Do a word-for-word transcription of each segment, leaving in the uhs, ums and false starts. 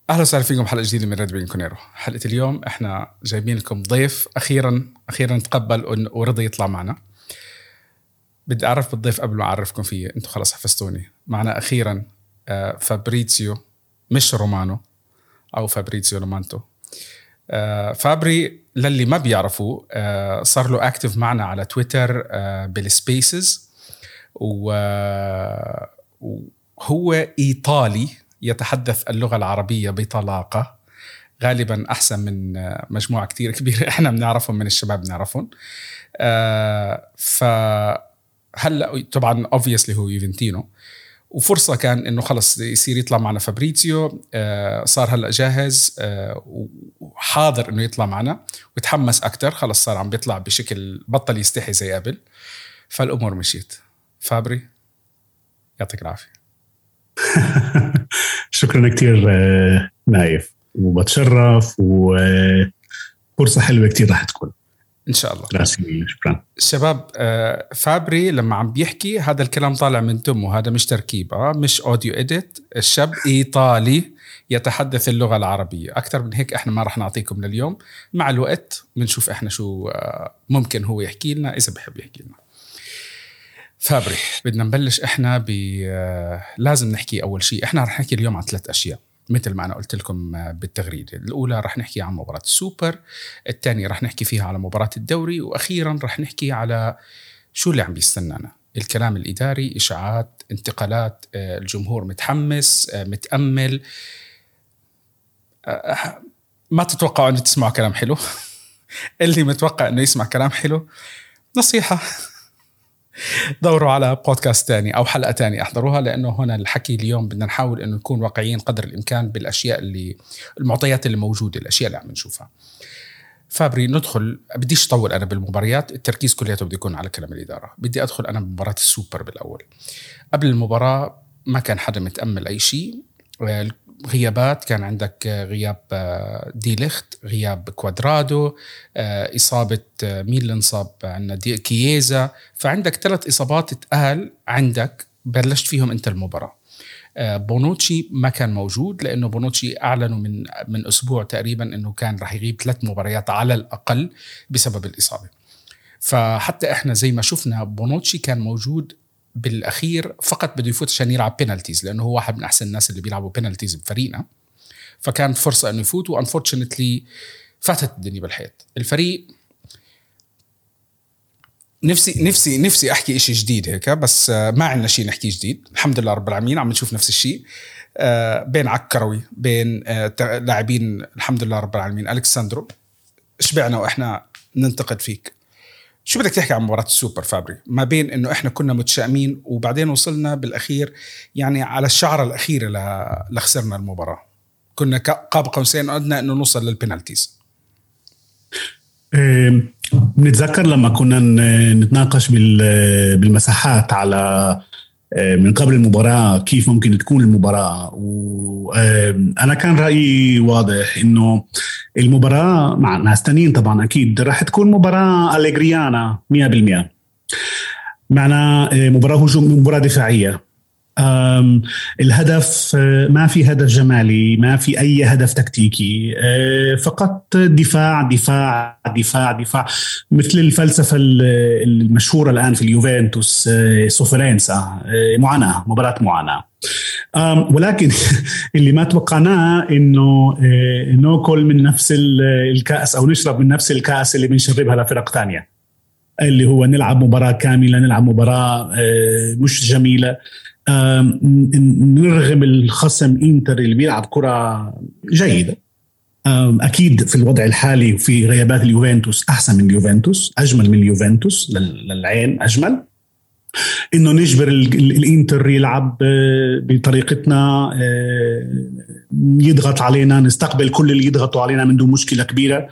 أهلا وسهلا فيكم حلقة جديدة من ريد بين كونيرو. حلقة اليوم إحنا جايبين لكم ضيف أخيرا أخيرا تقبل ورضي يطلع معنا. بدي أعرف بالضيف قبل ما أعرفكم فيه، أنتوا خلاص حفظتوني. معنا أخيرا فابريزيو، مش رومانو أو فابريزيو رومانتو. فابري للي ما بيعرفوا صار له أكتف معنا على تويتر بالسبيسز، وهو إيطالي يتحدث اللغة العربية بطلاقة، غالبا أحسن من مجموعة كتير كبيرة إحنا بنعرفهم من الشباب بنعرفهم. آه فهلأ طبعا obviously هو يوفنتينو، وفرصة كان إنه خلص يصير يطلع معنا فابريزيو. آه صار هلأ جاهز آه وحاضر إنه يطلع معنا ويتحمس أكتر. خلص صار عم بيطلع بشكل بطل يستحي زي قبل، فالأمور مشيت. فابري يعطيك العافية. شكرا كتير نايف، وبتشرف، وفرصة حلوة كتير راح تكون إن شاء الله. راسي شكرا. الشباب فابري لما عم بيحكي هذا الكلام طالع من تمه، هذا مش تركيب، مش أوديو إديت. الشاب إيطالي يتحدث اللغة العربية. أكثر من هيك إحنا ما رح نعطيكم لليوم، مع الوقت بنشوف إحنا شو ممكن هو يحكي لنا إذا بحب يحكي لنا. فابري بدنا نبلش إحنا ب لازم نحكي أول شيء. إحنا رح نحكي اليوم عن ثلاث أشياء مثل ما أنا قلت لكم بالتغريدة. الأولى رح نحكي عن مباراة السوبر، الثانية رح نحكي فيها على مباراة الدوري، وأخيرا رح نحكي على شو اللي عم بيستنانا. الكلام الإداري، إشاعات، انتقالات، الجمهور متحمس متأمل. ما تتوقعوا أن تسمعوا كلام حلو. اللي متوقع أنه يسمع كلام حلو، نصيحة دوروا على بودكاست تاني أو حلقة تاني أحضروها، لأنه هنا الحكي اليوم بدنا نحاول أنه نكون واقعيين قدر الإمكان بالأشياء اللي المعطيات اللي موجودة، الأشياء اللي عم نشوفها. فابري ندخل، بديش طول أنا بالمباريات، التركيز كلياته بدي يكون على كلام الإدارة. بدي أدخل أنا بمباراة السوبر بالأول. قبل المباراة ما كان حدا متأمل أي شيء. غيابات، كان عندك غياب دي ليخت، غياب كوادرادو، إصابة مين اللي انصاب عندنا، دي كييزا. فعندك ثلاث إصابات اتقال عندك بلشت فيهم أنت المباراة. بونوتشي ما كان موجود، لأنه بونوتشي أعلنوا من من أسبوع تقريبا أنه كان رح يغيب ثلاث مباريات على الأقل بسبب الإصابة. فحتى إحنا زي ما شفنا بونوتشي كان موجود بالأخير فقط بده يفوت عشان يلعب بينالتيز، لأنه هو واحد من أحسن الناس اللي بيلعبوا بينالتيز بفريقنا. فكان فرصة أنه يفوت، وأنفورتشنتلي فاتت الدنيا بالحيط. الفريق نفسي نفسي نفسي أحكي إشي جديد هيك، بس ما عندنا شيء نحكي جديد. الحمد لله رب العالمين عم نشوف نفس الشيء بين عكروي، بين لاعبين. الحمد لله رب العالمين. ألكساندرو شبعنا وإحنا ننتقد فيك. شو بدك تحكي عن مباراة السوبر فابري، ما بين إنه إحنا كنا متشائمين وبعدين وصلنا بالأخير يعني على الشعرة الأخيرة لخسرنا المباراة، كنا قاب قوسين أدنى إنه نوصل للبينالتيز. بنتذكر لما كنا نتناقش بالمساحات على من قبل المباراة كيف ممكن تكون المباراة، وأنا كان رأيي واضح إنه المباراة مع ناس تانيين طبعا أكيد راح تكون مباراة أليغريانا مية بالمية، معنا مباراة هجوم، مباراة دفاعية. الهدف ما في هدف جمالي، ما في أي هدف تكتيكي، فقط دفاع دفاع دفاع دفاع، مثل الفلسفة المشهورة الآن في اليوفنتوس، سوفرينسا، معاناة، مباراة معاناة. ولكن اللي ما توقعناه إنه نأكل من نفس الكأس أو نشرب من نفس الكأس اللي بنشربها لفرق تانية، اللي هو نلعب مباراة كاملة، نلعب مباراة مش جميلة، نرغم الخصم إنتر اللي بيلعب كرة جيدة. أكيد في الوضع الحالي وفي غيابات اليوفنتوس أحسن من اليوفنتوس، أجمل من اليوفنتوس للعين، أجمل. إنه نجبر الإنتر يلعب بطريقتنا، يضغط علينا، نستقبل كل اللي يضغطوا علينا من دون مشكلة كبيرة.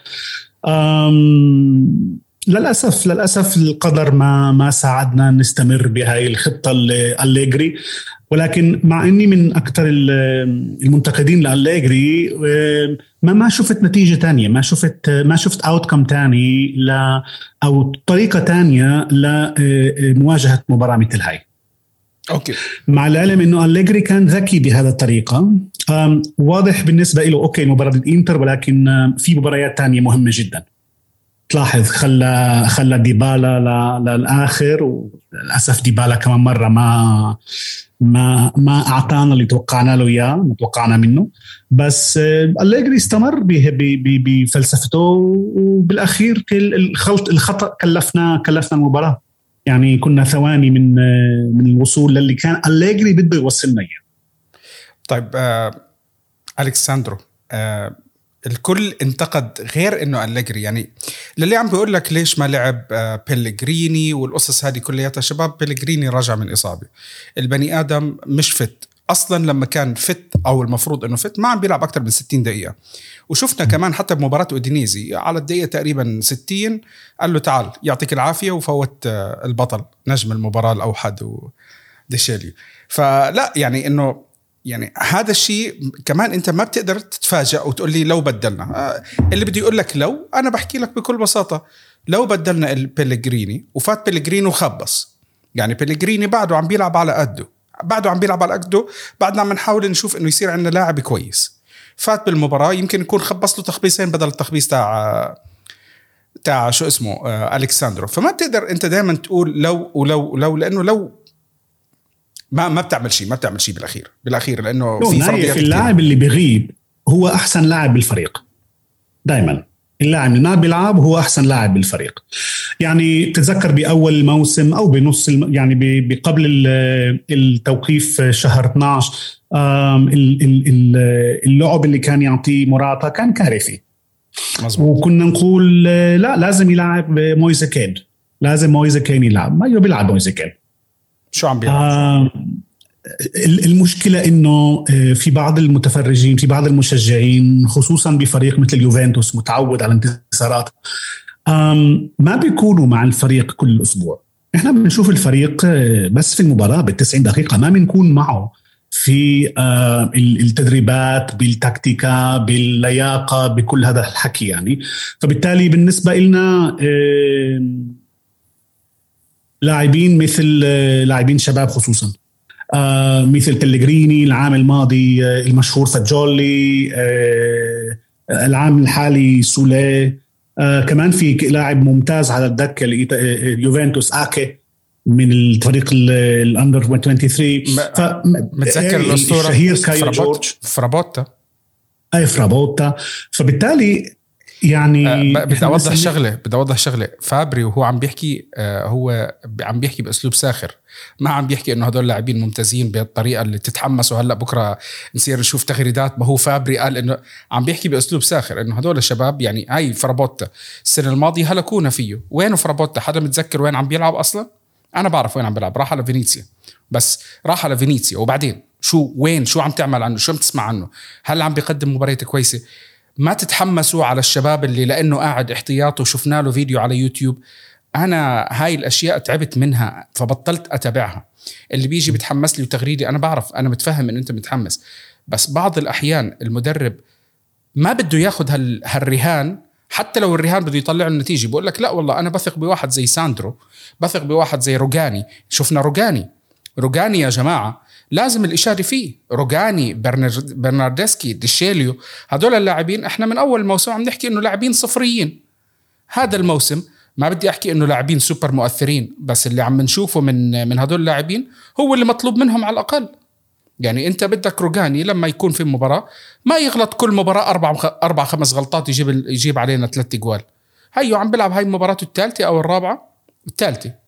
للأسف للأسف القدر ما ما ساعدنا نستمر بهاي الخطة الأليغري. ولكن مع إني من أكثر المنتقدين لأليغري، ما ما شفت نتيجة تانية، ما شفت ما شفت أوتكم تاني لا أو طريقة تانية لمواجهة مباراة مثل هاي. اوكي. مع العلم انه أليجري كان ذكي بهذا الطريقه. واضح بالنسبه له اوكي مباراه الانتر، ولكن في مباريات تانية مهمه جدا. تلاحظ خلى خلى ديبالا للاخر، وللاسف ديبالا كمان مره ما ما ما اعطانا اللي توقعنا له اياه، ما توقعنا منه. بس أليجري استمر بفلسفته، وبالاخير الخلط الخطا كلفنا كلفنا المباراه. يعني كنا ثواني من من الوصول للي كان أليجري بده يوصلنا اياه. طيب آه، ألكساندرو، آه، الكل انتقد غير انه أليجري، يعني للي عم بيقول لك ليش ما لعب آه بيلغريني والقصص هذه كلياتها. شباب بيلغريني راجع من إصابة، البني آدم مش فت أصلا. لما كان فت أو المفروض أنه فت ما عم بيلعب أكتر من ستين دقيقة. وشفنا كمان حتى بمباراة أودينيزي على الدقيقة تقريبا ستين قال له تعال يعطيك العافية، وفوت آه البطل نجم المباراة الأوحد وديشيليو. فلا يعني أنه يعني هذا الشيء كمان انت ما بتقدر تتفاجأ وتقول لي لو بدلنا. اللي بدي يقول لك لو، انا بحكي لك بكل بساطة، لو بدلنا البيلغريني وفات بيلغريني وخبص، يعني بيلغريني بعده عم بيلعب على قده، بعده عم بيلعب على قده، بعدنا عم نحاول نشوف انه يصير عندنا لاعب كويس. فات بالمباراة يمكن يكون خبص له تخبيصين بدل التخبيص تاع تاع شو اسمه ألكساندرو. فما بتقدر انت دائما تقول لو ولو ولو، لانه لو ما ما بتعمل شيء ما بتعمل شيء بالاخير بالاخير لانه في فرضيات. اللاعب اللي بيغيب هو احسن لاعب بالفريق دائما. اللاعب اللي ما بيلعب هو احسن لاعب بالفريق. يعني تتذكر باول الموسم او بنص الم... يعني بقبل التوقيف شهر اثناشر، اللعب اللي كان يعطيه موراتا كان كارثي. مزبوط. وكنا نقول لا لازم يلعب مويزا كين، لازم مويزا كين يلعب. ما بيلعب مويزا كين. شو عم بيلعب؟ آه المشكلة إنه في بعض المتفرجين، في بعض المشجعين خصوصا بفريق مثل اليوفنتوس متعود على انتصارات، ما بيكونوا مع الفريق كل أسبوع. إحنا بنشوف الفريق بس في المباراة بالتسعين دقيقة، ما بنكون معه في التدريبات، بالتكتيكا، باللياقة، بكل هذا الحكي يعني. فبالتالي بالنسبة لنا لاعبين مثل لاعبين شباب خصوصا آه مثل بيلغريني العام الماضي، آه المشهور فاجولي، آه العام الحالي سوليه، آه كمان في لاعب ممتاز على الدكة اليوفنتوس آكي من الفريق الأندر ثلاثة وعشرين. متذكر الأسطورة الشهير كايو جورج فرابوتا. أي فرابوتا. فبالتالي يعني بدي أوضح شغلة بدي أوضح شغلة فابري وهو عم بيحكي آه هو عم بيحكي بأسلوب ساخر، ما عم بيحكي إنه هدول لاعبين ممتازين بالطريقة اللي تتحمسوا هلأ بكرة نصير نشوف تغريدات. ما هو فابري قال إنه عم بيحكي بأسلوب ساخر إنه هدول الشباب يعني هاي فرابوتا السنة الماضية هلكونا فيه. وينه فرابوتا؟ حدا متذكر وين عم بيلعب أصلا؟ أنا بعرف وين عم بيلعب، راح على فينيسيا، بس راح على فينيسيا وبعدين شو وين شو عم تعمل عنه؟ شو عم تسمع عنه؟ هل عم بيقدم مباريات كويسة؟ ما تتحمسوا على الشباب اللي لأنه قاعد احتياط وشفنا له فيديو على يوتيوب. أنا هاي الأشياء تعبت منها فبطلت أتابعها. اللي بيجي بتحمس لي وتغريدي أنا بعرف، أنا متفهم إن أنت متحمس، بس بعض الأحيان المدرب ما بده ياخد هال هالرهان. حتى لو الرهان بده يطلع النتيجة، بقول لك لا والله أنا بثق بواحد زي ساندرو، بثق بواحد زي روجاني. شفنا روجاني روجاني يا جماعة لازم الإشارة فيه. روجاني، برناردسكي، ديشيليو، هدول اللاعبين احنا من أول موسم عم نحكي إنه لاعبين صفريين. هذا الموسم ما بدي أحكي إنه لاعبين سوبر مؤثرين، بس اللي عم نشوفه من من هدول اللاعبين هو اللي مطلوب منهم على الأقل. يعني أنت بدك روجاني لما يكون في مباراة ما يغلط كل مباراة أربع أربع خمس غلطات يجيب يجيب علينا ثلاثة جوال. هيو عم بلعب هاي مباراته الثالثة أو الرابعة الثالثة،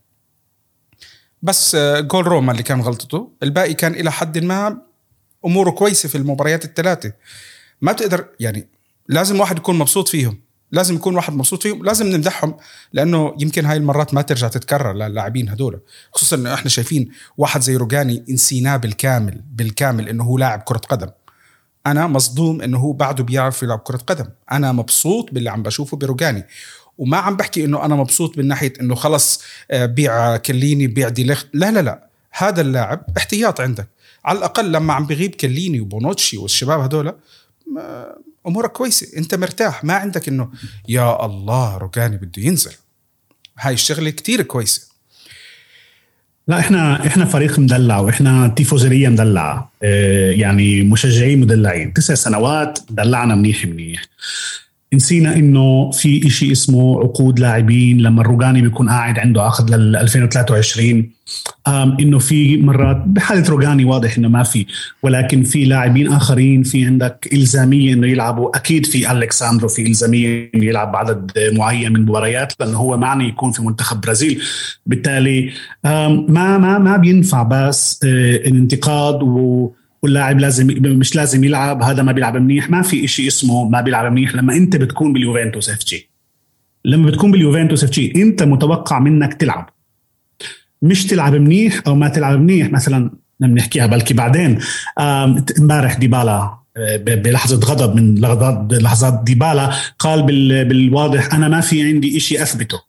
بس جول روما اللي كان غلطته، الباقي كان إلى حد ما أموره كويسة في المباريات الثلاثة. ما بتقدر يعني، لازم واحد يكون مبسوط فيهم، لازم يكون واحد مبسوط فيهم، لازم نمدحهم، لأنه يمكن هاي المرات ما ترجع تتكرر للاعبين هدول. خصوصا إنه إحنا شايفين واحد زي روجاني انسيناه بالكامل بالكامل إنه هو لاعب كرة قدم. أنا مصدوم إنه هو بعده بيعرف يلعب كرة قدم. أنا مبسوط باللي عم بشوفه بروجاني، وما عم بحكي إنه أنا مبسوط من ناحية إنه خلص بيع كليني بيع دي لخت. لا لا لا، هذا اللاعب احتياط عندك على الأقل. لما عم بغيب كليني وبونوتشي والشباب هدول أمورك كويسة، أنت مرتاح، ما عندك إنه يا الله روجاني بده ينزل. هاي الشغلة كتير كويسة. لا احنا احنا فريق مدلع، واحنا تيفوزيرية مدلعة، اه يعني مشجعين مدلعين. تسع سنوات دلعنا منيح منيح. نسينا انه في اشي اسمه عقود لاعبين. لما الروجاني بيكون قاعد عنده عقد لل ألفين وثلاثة وعشرين، انه في مرات بحالة روجاني واضح انه ما في، ولكن في لاعبين اخرين في عندك الزامية انه يلعبوا. اكيد في ألكساندرو في الزامية انه يلعب عدد معين من مباريات لانه هو معني يكون في منتخب برازيل. بالتالي ما ما ما بينفع بس الانتقاد و واللاعب لازم مش لازم يلعب، هذا ما بيلعب منيح. ما في إشي اسمه ما بيلعب منيح. لما انت بتكون باليوفنتوس اف جي لما بتكون باليوفنتوس اف جي انت متوقع منك تلعب، مش تلعب منيح او ما تلعب منيح. مثلا بنحكيها بلكي بعدين. امبارح ديبالا بلحظة غضب من لحظات لحظات ديبالا قال بالواضح انا ما في عندي إشي اثبته.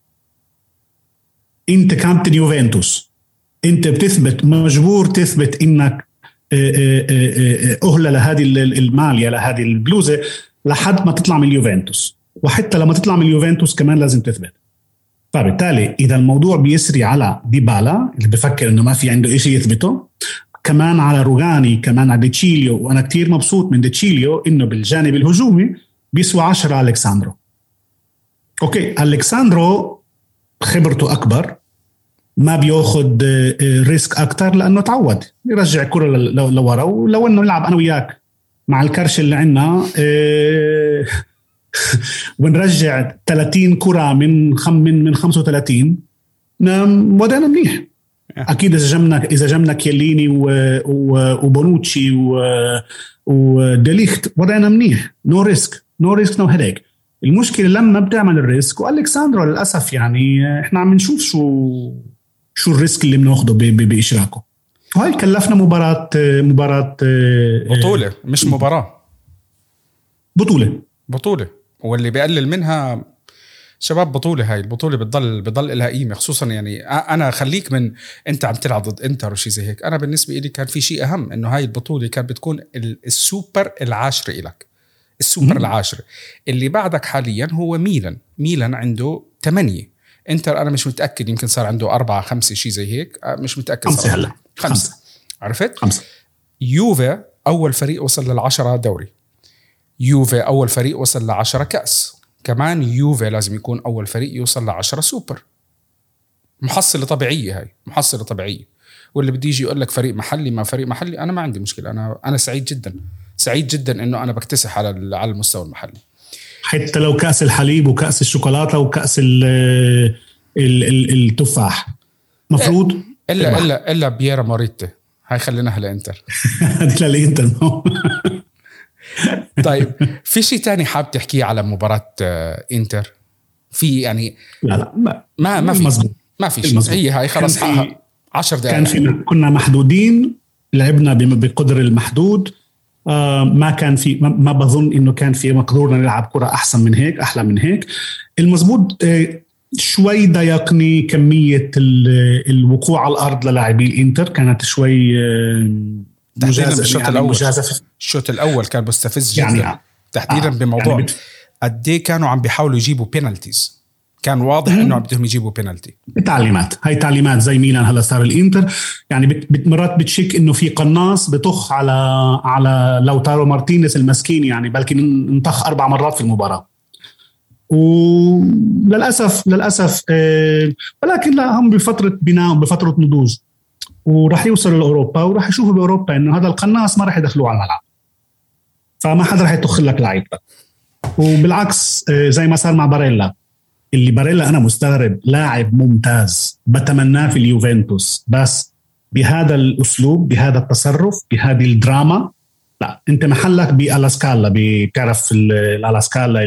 انت كابتن يوفنتوس، انت بتثبت، مجبور تثبت انك أهلة لهذه المالية لهذه البلوزة لحد ما تطلع من اليوفنتوس، وحتى لما تطلع من اليوفنتوس كمان لازم تثبت. فبالتالي إذا الموضوع بيسري على ديبالا اللي بفكر إنه ما في عنده إشي يثبته، كمان على روجاني، كمان على ديتشيليو. وأنا كتير مبسوط من ديتشيليو إنه بالجانب الهجومي بيسوى عشرة ألكساندرو. أوكي ألكساندرو خبرته أكبر، ما بياخد ريسك أكتر لأنه تعود يرجع كرة لورا. ولو أنه نلعب أنا وياك مع الكرش اللي عنا إيه ونرجع ثلاثين كرة من خم من من خمسة وثلاثين ودانا منيح. أكيد إذا جمنا إذا جمنا كيليني وبونوتشي وديليخت ودانا منيح. نو ريسك نو ريسك نو هيديك. المشكلة لما بتعمل الريسك، وألكساندرو للأسف يعني إحنا عم نشوف شو شو الريسك اللي بناخده بإشراكه. وهي كلفنا مباراة مباراة بطولة، مش مباراة، بطولة بطولة واللي بيقلل منها شباب بطولة. هاي البطولة بتضل بتضل لها قيمة، خصوصا يعني أنا خليك من أنت عم تلعب ضد إنتر وشي زي هيك. أنا بالنسبة إلي كان في شيء أهم، إنه هاي البطولة كانت بتكون السوبر العاشرة إلك، السوبر العاشرة. اللي بعدك حاليا هو ميلان. ميلان عنده ثمانية، انتر انا مش متاكد، يمكن صار عنده أربعة خمسة شيء زي هيك، مش متاكد. خمسة هلا خمسة. خمسة عرفت خمسة. يوفي اول فريق وصل للعشرة دوري، يوفي اول فريق وصل لعشرة كاس، كمان يوفي لازم يكون اول فريق يوصل لعشرة سوبر. محصله طبيعيه، هاي محصله طبيعيه. واللي بدي يجي يقول لك فريق محلي ما فريق محلي، انا ما عندي مشكله. انا انا سعيد جدا سعيد جدا انه انا بكتسح على على المستوى المحلي، حتى لو كأس الحليب وكأس الشوكولاتة وكأس ال ال التفاح مفروض. إلا إلا إلا بييرا موريتي، هاي خلينا هلا إنتر. لا الإنتر. طيب في شيء تاني حاب تحكيه على مباراة إنتر؟ في يعني لا لا ما ما, ما في مزبوط. ما في شيء. هي هاي خلاص حقها عشر دقائق. كان في كنا محدودين، لعبنا بقدر المحدود. آه ما كان في ما, ما بظن إنه كان في مقدورنا نلعب كرة أحسن من هيك، أحلى من هيك. المزبوط آه شوي ضايقني كمية الوقوع على الأرض للاعبي الإنتر، كانت شوي مجازفة. الشوط يعني الأول الشوط الأول كان مستفز جدا يعني، تحديدا آه بموضوع يعني قدي كانوا عم بيحاولوا يجيبوا بينالتيز. كان واضح إنه بدهم يجيبوا بينالتي. تعليمات، هاي تعليمات زي ميلان هلا صار الإنتر يعني بتمرات بتشك إنه في قناص بتخ على على لوتارو مارتينيز المسكين، يعني بلكي انطخ أربع مرات في المباراة. وللأسف للأسف آه ولكن لا، هم بفترة بناء بفترة نضوج، وراح يوصلوا لأوروبا وراح يشوفوا بأوروبا إنه هذا القناص ما راح يدخلوه على الملعب، فما حدا راح يتخل لك لعيبتك. وبالعكس آه زي ما صار مع باريلا، اللي باريلا أنا مستغرب، لاعب ممتاز بتمناه في اليوفنتوس، بس بهذا الأسلوب بهذا التصرف بهذه الدراما لا. أنت محلك بألاسكالا، بتعرف الألاسكالا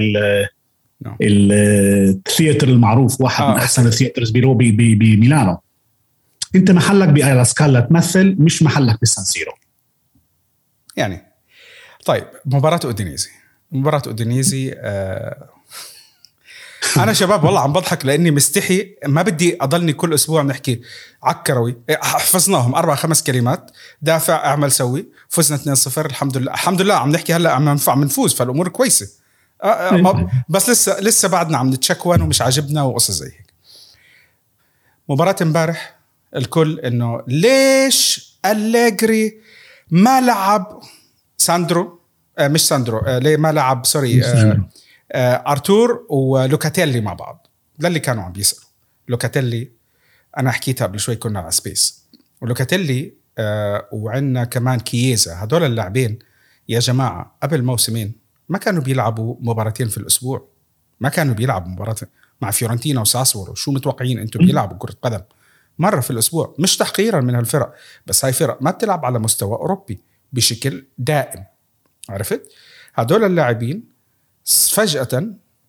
الثياتر المعروف، واحد آه من أحسن الثياترز بيروبي بميلانو. أنت محلك بألاسكالا تمثل، مش محلك بسانسيرو يعني. طيب مباراة أودينيزي مباراة أودينيزي آه أنا شباب والله عم بضحك لأني مستحي، ما بدي أضلني كل أسبوع نحكي عكروي. حفظناهم أربع خمس كلمات: دافع، أعمل، سوي. فزنا اثنين صفر الحمد لله الحمد لله. عم نحكي هلأ عم ننفع منفوز، فالأمور كويسة. بس لسه لسه بعدنا عم نتشكون ومش عاجبنا وقصة زي هيك. مباراة امبارح الكل إنه ليش أليجري ما لعب ساندرو آه مش ساندرو آه ليه ما لعب سوري آه آه أرتور ولوكاتيلي مع بعض. ده اللي كانوا عم بيسألوا. لوكاتيلي أنا حكيتها قبل شوي كنا على سبيس، ولوكاتيلي آه وعندنا كمان كييزا، هدول اللاعبين يا جماعة قبل موسمين ما كانوا بيلعبوا مباراتين في الأسبوع، ما كانوا بيلعبوا مباراة مع فيورنتينا وساسولو. شو متوقعين أنتم بيلعبوا كرة قدم مرة في الأسبوع؟ مش تحقيرا من هالفرق، بس هاي فرق ما بتلعب على مستوى أوروبي بشكل دائم. عرفت؟ هدول اللاعبين فجأة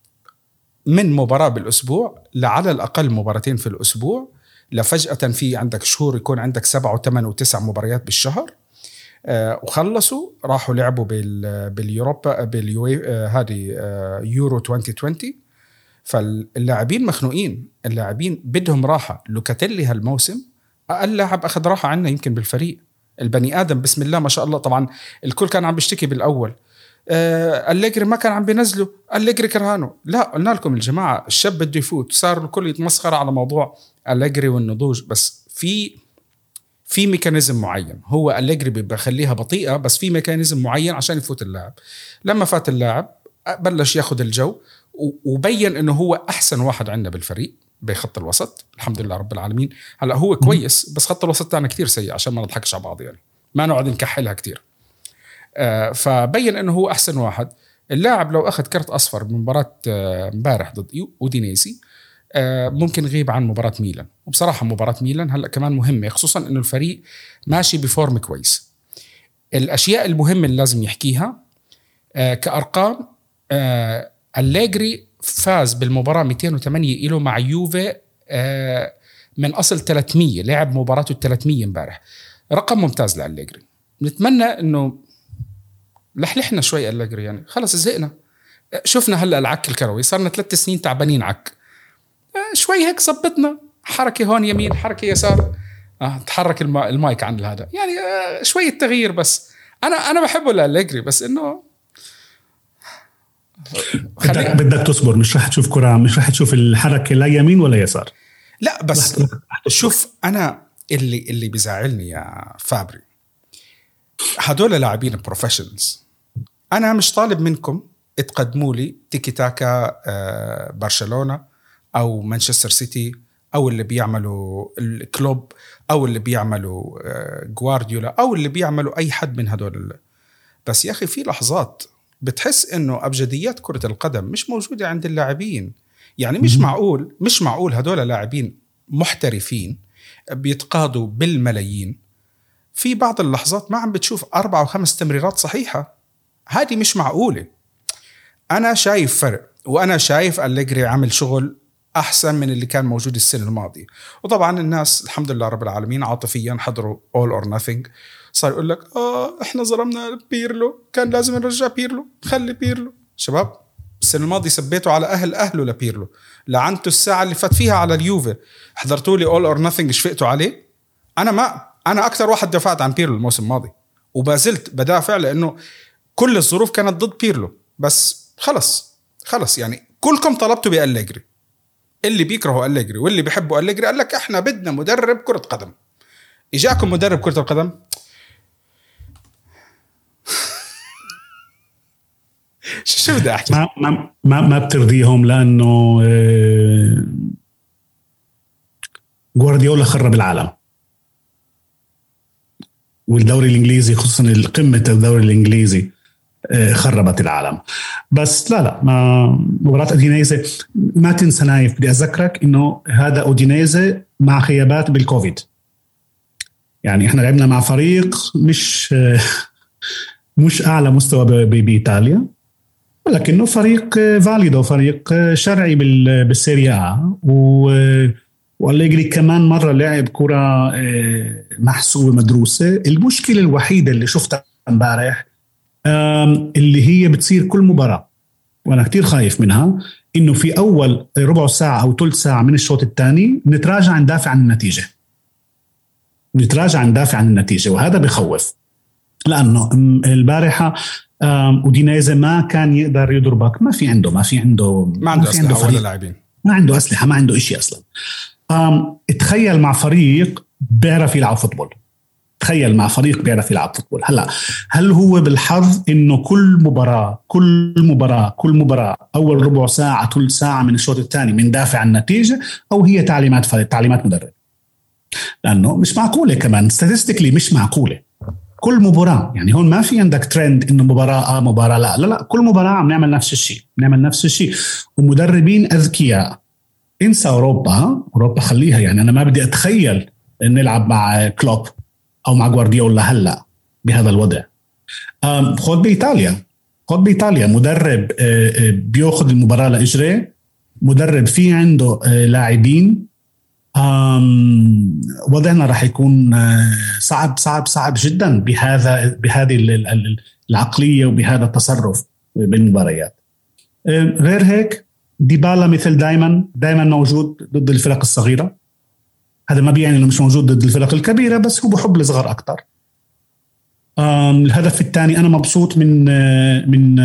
من مباراة بالأسبوع لعلى الأقل مباراتين في الأسبوع، لفجأة في عندك شهور يكون عندك سبعة وثمان وتسع مباريات بالشهر. آه وخلصوا راحوا لعبوا بال باليوروبا باليو آه هذه آه يورو ألفين وعشرين. فاللاعبين مخنوقين، اللاعبين بدهم راحة. لوكاتيلي هالموسم أقل لاعب أخذ راحة عنا يمكن بالفريق. البني آدم بسم الله ما شاء الله. طبعا الكل كان عم بيشتكي بالأول آه أليجري ما كان عم بينزله، أليجري كرهانه. لا قلنا لكم الجماعة الشاب بده يفوت. صار الكل يتمسخر على موضوع أليجري والنضوج، بس في في ميكانيزم معين. هو أليجري بيخليها بطيئة، بس في ميكانيزم معين عشان يفوت اللاعب. لما فات اللاعب بلش ياخد الجو وبين انه هو احسن واحد عندنا بالفريق بخط الوسط الحمد لله رب العالمين. هلا هو كويس بس خط الوسط تاعنا كتير سيء عشان ما نضحكش على بعض، يعني ما نقعد نكحلها كتير. آه فبين انه هو احسن واحد. اللاعب لو اخذ كرت اصفر من مباراة امبارح آه ضد اودينيزي آه ممكن يغيب عن مباراة ميلان. وبصراحة مباراة ميلان هلا كمان مهمة، خصوصا انه الفريق ماشي بفورم كويس. الاشياء المهمة اللي لازم يحكيها آه كأرقام، آه أليجري فاز بالمباراة مئتين وثمانية إله مع يوفي آه من أصل ثلاثمية، لعب مباراته ثلاثمية امبارح. رقم ممتاز لأليجري. نتمنى إنه لحلحنا شوي أليجري، يعني خلص زهقنا. شفنا هلأ العك الكروي صارنا ثلاث سنين تعبانين عك. آه شوي هيك زبطنا، حركة هون يمين حركة يسار، آه تحرك الما المايك عن هذا، يعني آه شوية تغيير. بس أنا أنا بحبه لأليجري، بس إنه بدك بدك تصبر. مش راح تشوف كرة، مش راح تشوف الحركة لا يمين ولا يسار. لا بس شوف أنا اللي اللي بيزعلني يا فابري، هدول لاعبين بروفيشنالز. أنا مش طالب منكم تقدموا لي تيكي تاكا برشلونة أو مانشستر سيتي أو اللي بيعملوا الكلوب أو اللي بيعملوا جوارديولا أو اللي بيعملوا أي حد من هدول. بس يا أخي في لحظات بتحس إنه أبجديات كرة القدم مش موجودة عند اللاعبين. يعني مش معقول مش معقول هدول لاعبين محترفين بيتقاضوا بالملايين، في بعض اللحظات ما عم بتشوف أربعة وخمس تمريرات صحيحة. هذه مش معقولة. أنا شايف فرق، وأنا شايف أليجري عمل شغل أحسن من اللي كان موجود السنة الماضية. وطبعا الناس الحمد لله رب العالمين عاطفيا حضروا all or nothing. صار يقول لك آه إحنا ظلمنا بيرلو، كان لازم نرجع بيرلو، خلي بيرلو. شباب السنة الماضية سبيتوا على أهل أهله لبيرلو، لعنتوا الساعة اللي فات فيها على اليوفي، حضرتوا لي all or nothing شفقتوا عليه. أنا ما أنا أكثر واحد دفعت عن بيرلو الموسم الماضي، وبازلت بدافع لأنه كل الظروف كانت ضد بيرلو. بس خلص خلص يعني كلكم طلبتوا بأليجري، اللي بيكرهوا أليجري واللي بيحبوا أليجري قال لك إحنا بدنا مدرب كرة قدم. إجاكم مدرب كرة القدم شو بدي أحكي؟ ما ما ما, ما بترضيهم لأنه جوارديولا خرب العالم، والدوري الإنجليزي خصوصا القمة الدوري الإنجليزي خربت العالم. بس لا لا ما مباراة أودينيزي ما تنسى نايف، بدي أذكرك إنه هذا أودينيزي مع خيابات بالكوفيد. يعني إحنا لعبنا مع فريق مش مش أعلى مستوى بإيطاليا، ولكنه فريق فاليدو، فريق شرعي بالسيريا. وأليجري كمان مرة لعب كرة محسوبة مدروسة. المشكلة الوحيدة اللي شفتها امبارح اللي هي بتصير كل مباراة وأنا كتير خايف منها، إنه في أول ربع ساعة أو ثلث ساعة من الشوط الثاني نتراجع ندافع عن النتيجة نتراجع ندافع عن النتيجة وهذا بخوف. لأنه البارحة أودينيزي ما كان يقدر يضربك، ما في عنده ما في عنده ما عنده أسلحة ولا لاعبين، ما عنده أسلحة، ما عنده إشي أصلا. تخيل مع فريق بيعرف يلعب فوتبول. تخيل مع فريق بيعرف يلعب فوتبول. هلا هل هو بالحظ انه كل مباراه كل مباراه كل مباراه اول ربع ساعه ثلث ساعه من الشوط الثاني بندافع عن النتيجه، او هي تعليمات فريق تعليمات مدرب؟ لانه مش معقوله كمان statistically مش معقوله. كل مباراه يعني هون ما في عندك ترند انه مباراه اه مباراه لا لا لا كل مباراه عم نعمل نفس الشيء نعمل نفس الشيء ومدربين اذكياء. انسى اوروبا اوروبا خليها، يعني انا ما بدي اتخيل نلعب مع كلوب او مع جوارديولا هلا بهذا الوضع. خد بايطاليا خد بايطاليا مدرب بياخذ المباراه لاجري، مدرب فيه عنده لاعبين. وضعنا راح يكون صعب صعب صعب جدا بهذا بهذه العقليه وبهذا التصرف بالمباريات. غير هيك ديبالا مثل دايما دايما موجود ضد الفرق الصغيره. هذا ما بيعني انه مش موجود ضد الفرق الكبيره، بس هو بحب الصغار اكثر. الهدف الثاني انا مبسوط من من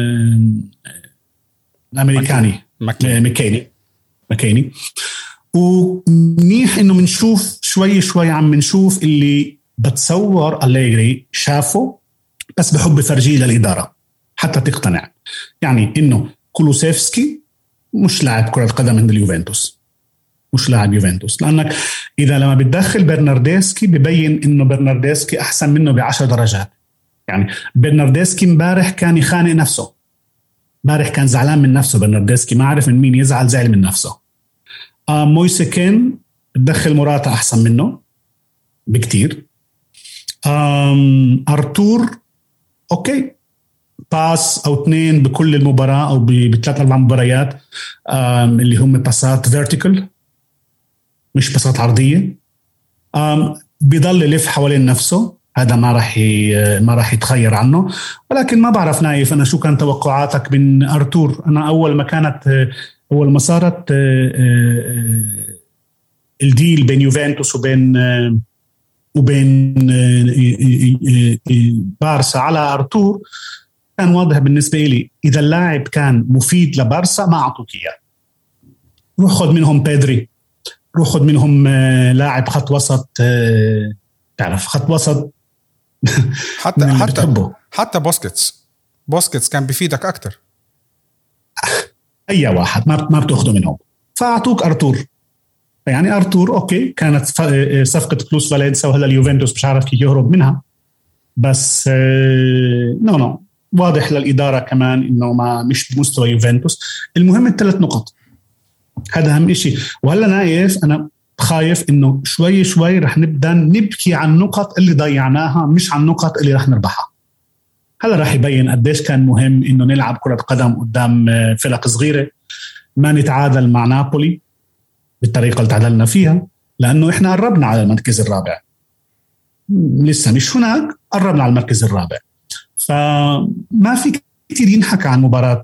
الامريكاني ماكيني ماكيني ومنيح انه منشوف شوي شوي عم منشوف اللي بتصور أليجري شافه، بس بحب يفرجيه للإدارة حتى تقتنع. يعني انه كولوسيفسكي مش لاعب كرة قدم عند اليوفنتوس، مش لاعب يوفنتوس، لأنك إذا لما بتدخل برناردسكي ببين إنه برناردسكي أحسن منه بعشر درجات. يعني برناردسكي مبارح كان يخانق نفسه، مبارح كان زعلان من نفسه. برناردسكي ما عارف من مين يزعل، زعل من نفسه. آه مويسكين تدخل مراتا أحسن منه بكتير. أرتور أوكي باس أو اثنين بكل المباراة أو بثلاث أربع مباريات اللي هم باسات فيرتيكال مش باسات عرضية. بيضل يلف حوالين نفسه، هذا ما راح ما راح يتخير عنه. ولكن ما بعرف نايف أنا شو كان توقعاتك من أرتور؟ أنا أول ما كانت أول ما صارت الديل بين يوفنتوس وبين وبين بارسا على أرتور كان واضح بالنسبة لي إذا اللاعب كان مفيد لبارسا ما أعطوك إياه. روح خد منهم بيدري، روح خد منهم لاعب خط وسط، تعرف خط وسط حتى حتى حتى بوسكيتس بوسكيتس كان بيفيدك أكتر. أي واحد ما ما بتأخذه منهم، فأعطوك أرتور. يعني أرتور أوكي كانت صفقة فلوس فالنسيا وهلا اليوفنتوس مش عارف كيف يهرب منها، بس نو نو واضح للإدارة كمان إنه ما مش بمستوى يوفنتوس. المهم الثلاث نقط هذا أهم إشي. وهلا نايف أنا خايف إنه شوي شوي رح نبدأ نبكي عن النقط اللي ضيعناها مش عن النقط اللي رح نربحها. هلا رح يبين قديش كان مهم إنه نلعب كرة قدم قدام فرق صغيرة، ما نتعادل مع نابولي بالطريقة اللي تعادلنا فيها، لأنه إحنا قربنا على المركز الرابع، لسه مش هناك، قربنا على المركز الرابع. فما في كتير ينحكى عن مباراة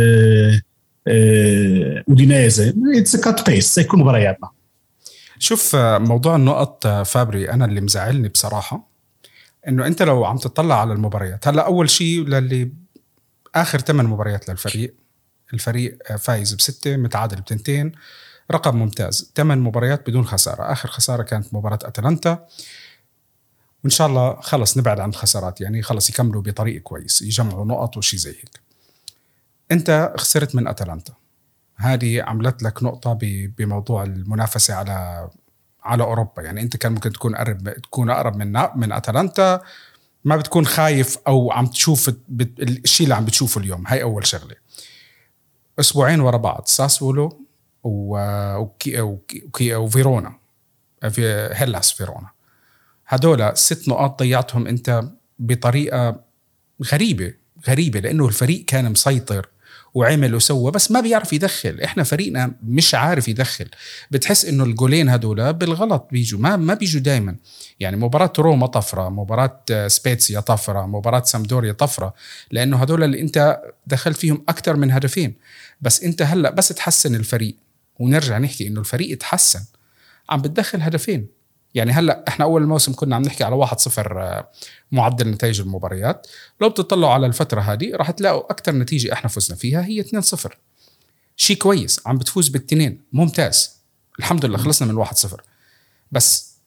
أودينيزي، it's a cut pace زي كل مبارياتنا. شوف موضوع النقط فابري، أنا اللي مزعلني بصراحة إنه أنت لو عم تطلع على المباريات هلا أول شيء للي آخر ثمان مباريات للفريق، الفريق فايز بستة متعادل بتنتين، رقم ممتاز. ثمان مباريات بدون خسارة، آخر خسارة كانت مباراة أتلانتا، وإن شاء الله خلص نبعد عن الخسارات، يعني خلص يكملوا بطريق كويس يجمعوا نقط وشي زي هيك. أنت خسرت من أتلانتا، هذه عملت لك نقطة بموضوع المنافسة على على أوروبا. يعني أنت كان ممكن تكون قرب تكون أقرب من من أتلانتا، ما بتكون خايف أو عم تشوف الشيء اللي عم بتشوفه اليوم. هاي أول شغلة. أسبوعين ورا بعض ساسولو وكي وكي وفيرونا في هلاس فيرونا، هدول ست نقاط ضيعتهم أنت بطريقة غريبة غريبة لأنه الفريق كان مسيطر وعمل وسوى بس ما بيعرف يدخل. إحنا فريقنا مش عارف يدخل، بتحس إنه الجولين هدول بالغلط بيجوا، ما ما بيجوا دايما. يعني مباراة روما طفرة، مباراة سبيتسيا طفرة، مباراة سامدوريا طفرة، لأنه هدول اللي أنت دخلت فيهم أكتر من هدفين. بس أنت هلأ بس تحسن الفريق، ونرجع نحكي إنه الفريق تحسن، عم بتدخل هدفين. يعني هلأ إحنا أول الموسم كنا عم نحكي على واحد صفر معدل نتائج المباريات، لو بتطلعوا على الفترة هذه راح تلاقوا أكتر نتيجة إحنا فزنا فيها هي اثنين صفر. شيء كويس، عم بتفوز بالتنين، ممتاز، الحمد لله خلصنا من واحد صفر. بس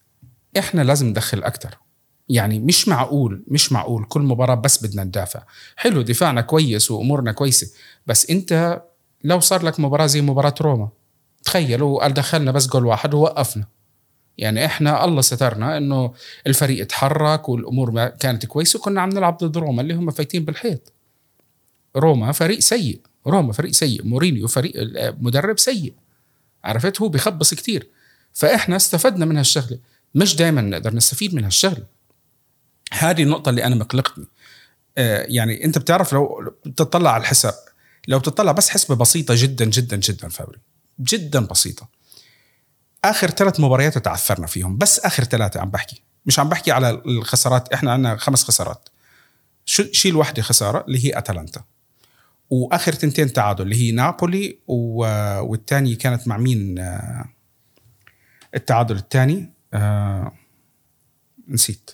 إحنا لازم ندخل أكتر. يعني مش معقول مش معقول كل مباراة بس بدنا ندافع. حلو دفاعنا كويس وأمورنا كويسة، بس أنت لو صار لك مباراة زي مباراة روما، تخيلوا قال دخلنا بس جول واحد ووقفنا. يعني إحنا الله سترنا إنه الفريق اتحرك والأمور كانت كويسة وكنا عم نلعب ضد روما اللي هم فايتين بالحيط. روما فريق سيء، روما فريق سيء، مورينيو فريق مدرب سيء، عرفت، هو بيخبص كتير. فإحنا استفدنا من هالشغلة، مش دايما نقدر نستفيد من هالشغلة. هذه النقطة اللي أنا مقلقتني. آه يعني أنت بتعرف لو تطلع على الحساب، لو تطلع بس حسبة بسيطة جدا جدا جدا فابري، جدا بسيطة، آخر ثلاث مباريات تعثرنا فيهم، بس آخر ثلاثة عم بحكي، مش عم بحكي على الخسارات. إحنا عندنا خمس خسارات، شيل واحدة خسارة اللي هي أتلانتا، وآخر تنتين تعادل اللي هي نابولي، والتاني كانت مع مين؟ آه التعادل الثاني آه نسيت.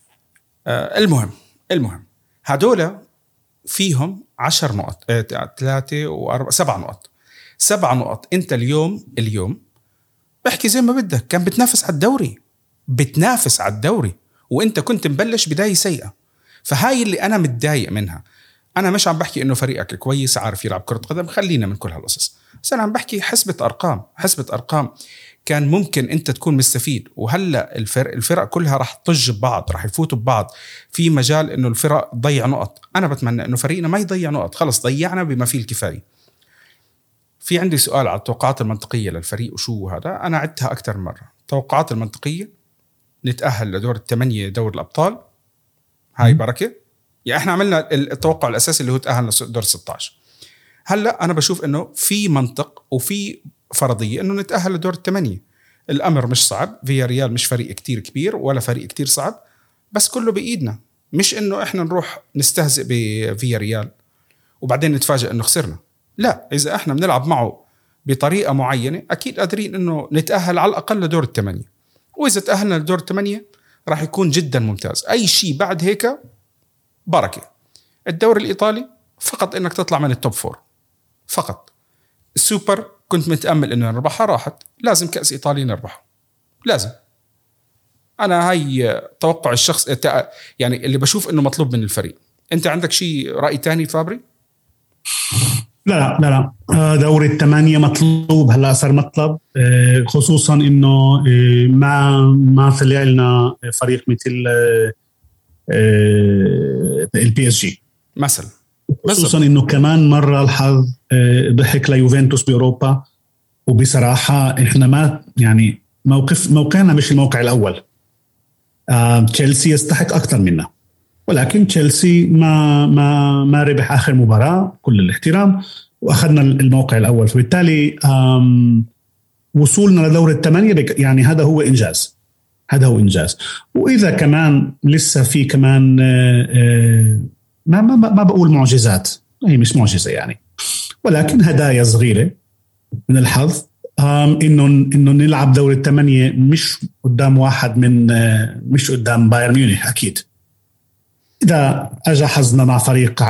آه المهم المهم هدول فيهم عشر نقط، آه ثلاثة وأربعة سبع نقط سبع نقط. أنت اليوم اليوم بحكي زي ما بدك، كان بتنافس على الدوري، بتنافس على الدوري وأنت كنت مبلش بداية سيئة. فهاي اللي أنا متضايق منها. أنا مش عم بحكي إنه فريقك كويس عارف يلعب كرة قدم، خلينا من كل هالقصص، بس أنا عم بحكي حسبة أرقام حسبة أرقام كان ممكن أنت تكون مستفيد. وهلأ الفرق, الفرق كلها راح تطج ببعض، راح يفوتوا ببعض، في مجال إنه الفرق تضيع نقط. أنا بتمنى إنه فريقنا ما يضيع نقط، خلص ضيعنا بما فيه الكفاية. في عندي سؤال على التوقعات المنطقية للفريق، وشو هذا؟ أنا عدتها أكتر مرة. توقعات المنطقية نتأهل لدور الثمانية دور الأبطال، هاي بركة. يعني إحنا عملنا التوقع الأساسي اللي هو تأهلنا دور ستة عشر. هلأ أنا بشوف إنه في منطق وفي فرضية إنه نتأهل لدور الثمانية. الأمر مش صعب، فيا ريال مش فريق كتير كبير ولا فريق كتير صعب، بس كله بإيدنا. مش إنه إحنا نروح نستهزئ بفيا ريال وبعدين نتفاجئ إنه خسرنا. لا، إذا إحنا بنلعب معه بطريقة معينة أكيد قادرين إنه نتأهل على الأقل لدور الثمانية، وإذا تأهلنا لدور الثمانية راح يكون جدا ممتاز. أي شيء بعد هيك بركة. الدوري الإيطالي فقط إنك تطلع من التوب فور فقط. السوبر كنت متأمل إنه نربحها، راحت. لازم كأس إيطالي نربحه، لازم. أنا هاي توقع الشخص يعني اللي بشوف إنه مطلوب من الفريق. أنت عندك شيء رأي تاني فابري؟ لا لا لا دوري الثمانية مطلوب، هلا صار مطلب، خصوصا إنه ما ما طلع لنا فريق مثل البي اس جي مثلا، خصوصا إنه كمان مرة الحظ ضحك ليوفنتوس بأوروبا. وبصراحة إحنا ما يعني موقف موقعنا مش الموقع الأول. تشيلسي يستحق أكثر منا، ولكن تشيلسي ما ما ما ربح آخر مباراة، كل الاحترام، وأخذنا الموقع الأول. فبالتالي وصولنا لدور الثمانية يعني هذا هو إنجاز، هذا هو إنجاز. وإذا كمان لسه في كمان ما ما ما بقول معجزات، هي مش معجزة يعني، ولكن هدايا صغيرة من الحظ، إنه إنه نلعب دور الثمانية مش قدام واحد من مش قدام بايرن ميونخ. أكيد إذا أجا حظنا مع فريق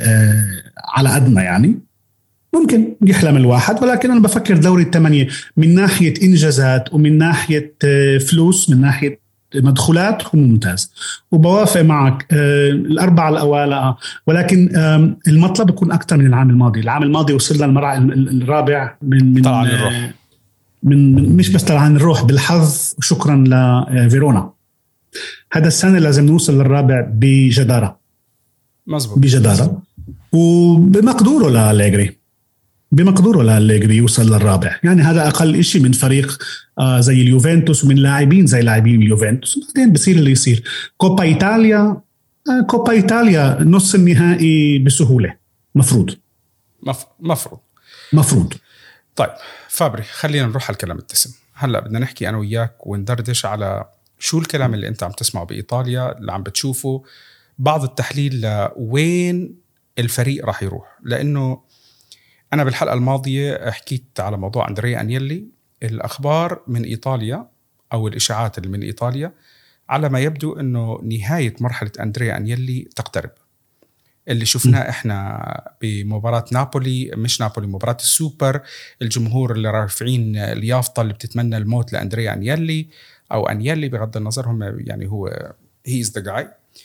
على قدنا يعني ممكن يحلم الواحد، ولكن أنا بفكر دوري الثمانية من ناحية إنجازات ومن ناحية فلوس من ناحية مدخولات هو ممتاز. وبوافق معك الأربعة الأوائل، ولكن المطلب يكون أكثر من العام الماضي. العام الماضي وصلنا المرة الرابع من من, الروح. من من مش بس طلعان الروح بالحظ، شكرا لفيرونا. هذا السنة لازم نوصل للرابع بجدارة، مزبوط بجدارة، وبمقدوره لأليجري بمقدوره لأليجري يوصل للرابع. يعني هذا أقل إشي من فريق آه زي اليوفنتوس ومن لاعبين زي لاعبين اليوفنتوس. بعدين بصير اللي يصير. كوبا إيطاليا آه كوبا إيطاليا نص النهائي بسهولة، مفروض مف... مفروض مفروض طيب فابري، خلينا نروح على الكلام الدسم. هلأ بدنا نحكي أنا وياك وندردش على شو الكلام اللي أنت عم تسمعه بإيطاليا، اللي عم بتشوفه، بعض التحليل لوين الفريق راح يروح. لأنه أنا بالحلقة الماضية حكيت على موضوع أندريا أنيلي. الأخبار من إيطاليا أو الإشاعات اللي من إيطاليا على ما يبدو أنه نهاية مرحلة أندريا أنيلي تقترب. اللي شفناه احنا بمباراة نابولي، مش نابولي، مباراة السوبر، الجمهور اللي رافعين اليافطة اللي بتتمنى الموت لأندريا أنيلي أو أنيلي بغض النظر، هم يعني هو he is the guy.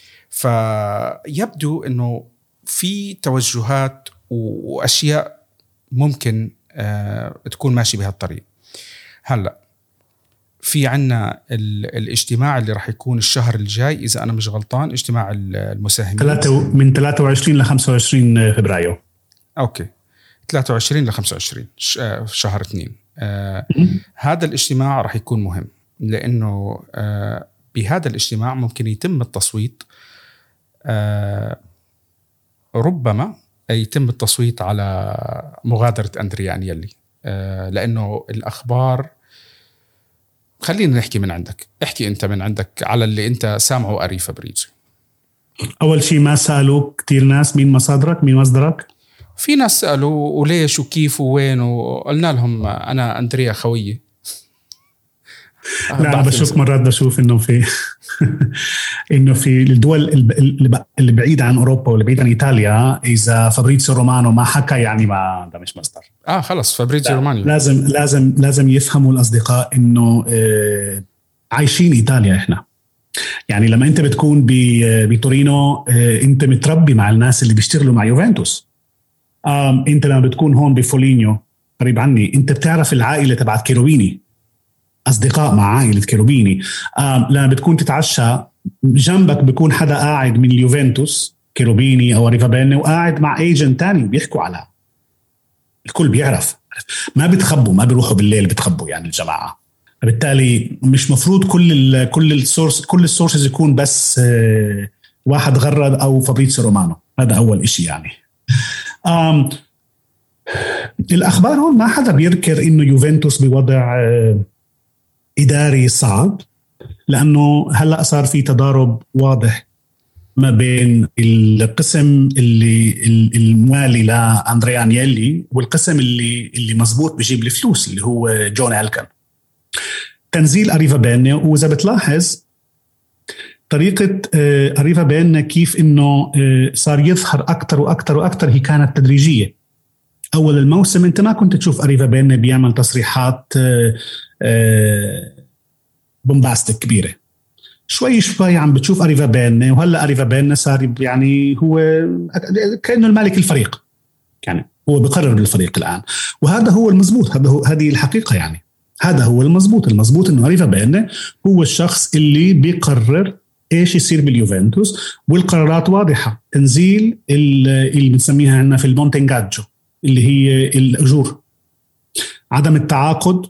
فيبدو إنه في توجهات وأشياء ممكن آه تكون ماشي بهالطريق. هلأ في عنا الاجتماع اللي راح يكون الشهر الجاي إذا أنا مش غلطان، اجتماع المساهمين من ثلاثة وعشرين ل خمسة وعشرين فبراير. أوكي، ثلاثة وعشرين ل خمسة وعشرين شهر اثنين. آه هذا الاجتماع راح يكون مهم، لأنه آه بهذا الاجتماع ممكن يتم التصويت، آه ربما يتم التصويت على مغادرة أندريا أنيلي، آه لأنه الأخبار، خلينا نحكي من عندك، احكي أنت من عندك على اللي أنت سامعه قري فابريزيو. أول شيء ما سألوا كتير ناس مين مصادرك، مين مصدرك؟ في ناس سألوا وليش وكيف ووين، وقلنا لهم أنا أندريا خويي. لا بشوف مرات بشوف إنه في إنه في الدول اللي بعيدة عن أوروبا واللي بعيدة عن إيطاليا، إذا فابريزيو رومانو ما حكى يعني ما ده مش مصدر. آه خلص فابريزيو رومانو لازم لازم لازم يفهموا الأصدقاء إنه آه عايشين إيطاليا إحنا. يعني لما أنت بتكون بتورينو آه أنت متربي مع الناس اللي بيشتغلوا مع يوفنتوس. آه أنت لما بتكون هون بفولينيو قريب عني أنت بتعرف العائلة تبعت كيروبيني، أصدقاء مع عائلة كيروبيني. آه لما بتكون تتعشى جنبك بيكون حدا قاعد من اليوفنتوس كيروبيني أو ريفابيني وقاعد مع ايجنت تاني بيحكوا على، الكل بيعرف، ما بتخبوا، ما بيروحوا بالليل بتخبوا يعني الجماعة. بالتالي مش مفروض كل ال كل السورس كل السورسز يكون بس آه واحد غرد أو فابريزيو رومانو. هذا أول إشي يعني. آم الأخبار هون ما حدا بيذكر إنه يوفنتوس بوضع آه إداري صعب، لأنه هلأ صار في تضارب واضح ما بين القسم اللي الموالي لأندريا أنيلي والقسم اللي اللي مزبوط بيجيب الفلوس اللي هو جون ألكن. تنزيل أريفا بينا، وإذا بتلاحظ طريقة أريفا بينا كيف إنه صار يظهر أكتر وأكتر وأكتر، هي كانت تدريجية. أول الموسم أنت ما كنت تشوف أريفا بينا بيعمل تصريحات بومباستيك كبيرة، شوي شوي عم بتشوف أريفا بينا، وهلأ أريفا بينا صار يعني هو كأنه المالك الفريق، يعني هو بقرر بالفريق الآن، وهذا هو المزبوط، هذا هو هذه الحقيقة يعني. هذا هو المزبوط المزبوط إنه أريفا بينا هو الشخص اللي بيقرر إيش يصير باليوفنتوس، والقرارات واضحة. تنزيل اللي بنسميها عنا في المونتنجاجو اللي هي الأجور، عدم التعاقد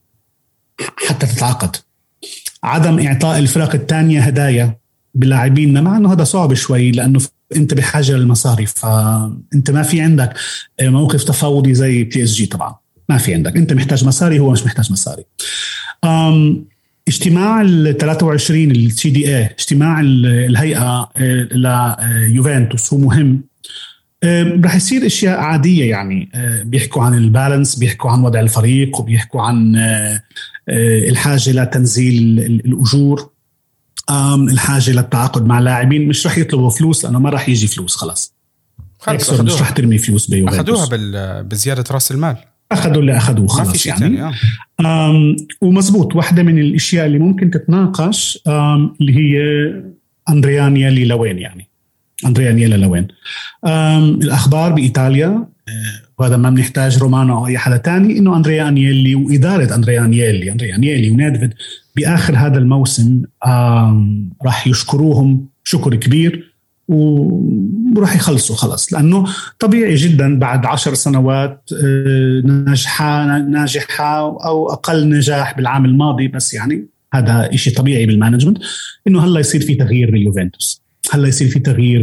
حتى تتعاقد، عدم إعطاء الفرق الثانية هدايا باللاعبين، مع أنه هذا صعب شوي لأنه أنت بحاجة للمصاري، فأنت ما في عندك موقف تفاوضي زي بي اس جي. طبعا ما في عندك، أنت محتاج مصاري، هو مش محتاج مصاري. أم اجتماع ال ثلاثة وعشرين السي دي اي، اجتماع الهيئة ليوفنتوس هو مهم. راح يصير اشياء عاديه يعني، بيحكوا عن البالانس، بيحكوا عن وضع الفريق، وبيحكوا عن الحاجه لتنزيل الاجور، الحاجه للتعاقد مع اللاعبين. مش راح يطلبوا فلوس لانه ما راح يجي فلوس، خلاص خلص مش راح ترمي فلوس بيوفنتوس، اخذوها بزياده راس المال، اخذوا اللي اخذوه خلاص يعني. ومزبوط، واحده من الاشياء اللي ممكن تتناقش اللي هي أندريا أنيلي لوين، يعني أندريا أنيلي لوين. الأخبار بإيطاليا، وهذا ما بنحتاج رومانو أو أي حدا تاني، إنه أندريا أنيلي وإدارة أندريا أنيلي أندريا أنيلي ونيدفيد بآخر هذا الموسم راح يشكروهم شكر كبير وراح يخلصوا خلاص، لأنه طبيعي جدا بعد عشر سنوات ناجحة ناجحة أو أقل نجاح بالعام الماضي، بس يعني هذا إشي طبيعي بالمانجمنت، إنه هلا يصير في تغيير باليوفنتوس، هلا يصير في تغيير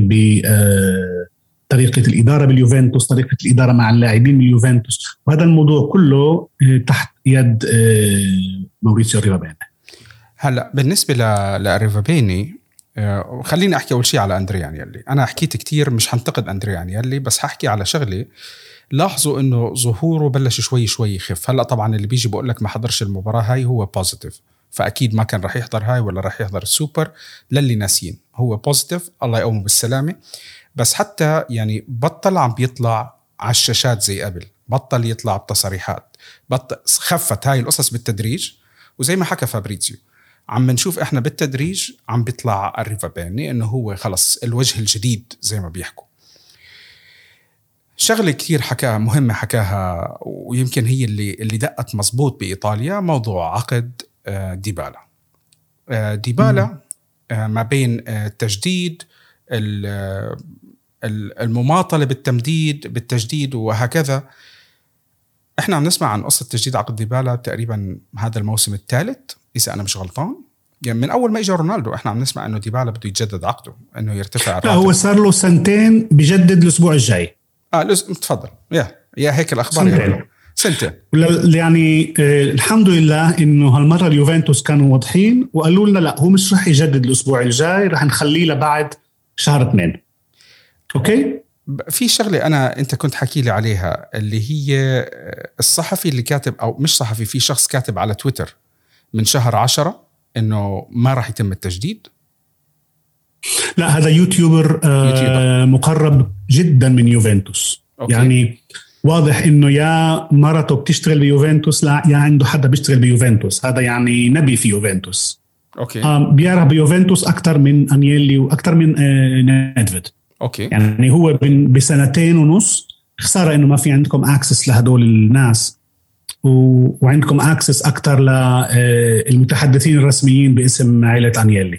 بطريقة الإدارة باليوفنتوس، طريقة الإدارة مع اللاعبين باليوفنتوس، وهذا الموضوع كله تحت يد موريسيو ريفابيني. هلا بالنسبة لريفابيني، خليني أحكي أول شيء على أندريا أنيلي. أنا حكيت كتير، مش هنتقد أندريا أنيلي، بس ححكي على شغلي. لاحظوا إنه ظهوره بلش شوي شوي يخف. هلا طبعا اللي بيجي بقول لك ما حضرش المباراة هاي هو بوزيتيف، فأكيد ما كان راح يحضر هاي ولا راح يحضر السوبر. للي ناسين هو بوزيتيف، الله يقومه بالسلامة. بس حتى يعني بطل عم بيطلع على الشاشات زي قبل، بطل يطلع بتصريحات، بطل خفت هاي القصص بالتدريج. وزي ما حكى فابريزيو عم نشوف إحنا بالتدريج عم بيطلع الريفابيني إنه هو خلص الوجه الجديد زي ما بيحكوا. شغلة كتير حكاها مهمة حكاها ويمكن هي اللي اللي دقت مزبوط بإيطاليا، موضوع عقد ديبالا. ديبالا ما بين التجديد، المماطلة بالتمديد بالتجديد وهكذا. احنا عم نسمع عن قصة تجديد عقد ديبالا تقريبا هذا الموسم الثالث إذا أنا مش غلطان. يعني من أول ما إجا رونالدو احنا عم نسمع إنه ديبالا بده يتجدد عقده، إنه يرتفع الراتب. لا هو صار له سنتين بجدد الأسبوع الجاي. اه تفضل يا يا هيك الأخبار سنتين. سنتين يعني آه الحمد لله إنه هالمرة اليوفنتوس كانوا واضحين وقالوا لنا لا هو مش رح يجدد الأسبوع الجاي، رح نخليه لبعد شهر اثنين. أوكي. في شغلة أنا أنت كنت حكي لي عليها اللي هي الصحفي اللي كاتب، أو مش صحفي، في شخص كاتب على تويتر من شهر عشرة إنه ما راح يتم التجديد. لا هذا يوتيوبر, آه يوتيوبر مقرب جدا من يوفنتوس. أوكي. يعني واضح إنه يا مرته بتشتغل بيوفنتوس لا يا عنده حدا بيشتغل بيوفنتوس. هذا يعني نبي في يوفنتوس. أوكي. آه بيعرف بيوفنتوس أكتر من أنيلي وأكتر من آه نيدفيد. أوكي. يعني هو بسنتين ونص خسارة إنه ما في عندكم أكسس لهدول الناس وعندكم أكسس أكتر للمتحدثين الرسميين باسم عائلة أنيلي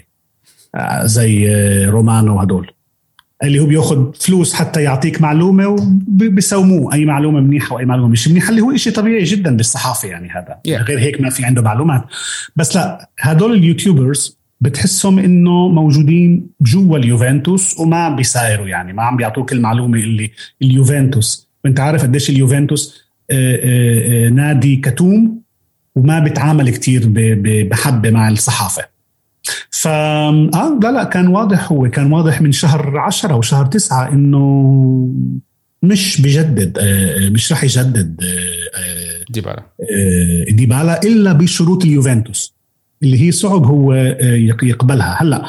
زي رومانو وهدول اللي هو بياخد فلوس حتى يعطيك معلومة وبيسوموه أي معلومة منيحة وأي معلومة مش منيحة، اللي هو إشي طبيعي جدا بالصحافة. يعني هذا yeah. غير هيك ما في عنده معلومات. بس لا هدول اليوتيوبرز بتحسهم إنه موجودين جوا اليوفنتوس وما بيسايروا، يعني ما عم بيعطوك المعلومة اللي اليوفنتوس. وانت عارف قديش اليوفنتوس آآ آآ نادي كتوم وما بيتعامل كتير بحبة مع الصحافة. ف آه لا لا كان واضح، هو كان واضح من شهر عشرة وشهر تسعة إنه مش بيجدد، مش رح يجدد ديبالا ديبالا إلا بشروط اليوفنتوس اللي هي صعب هو يقبلها. هلا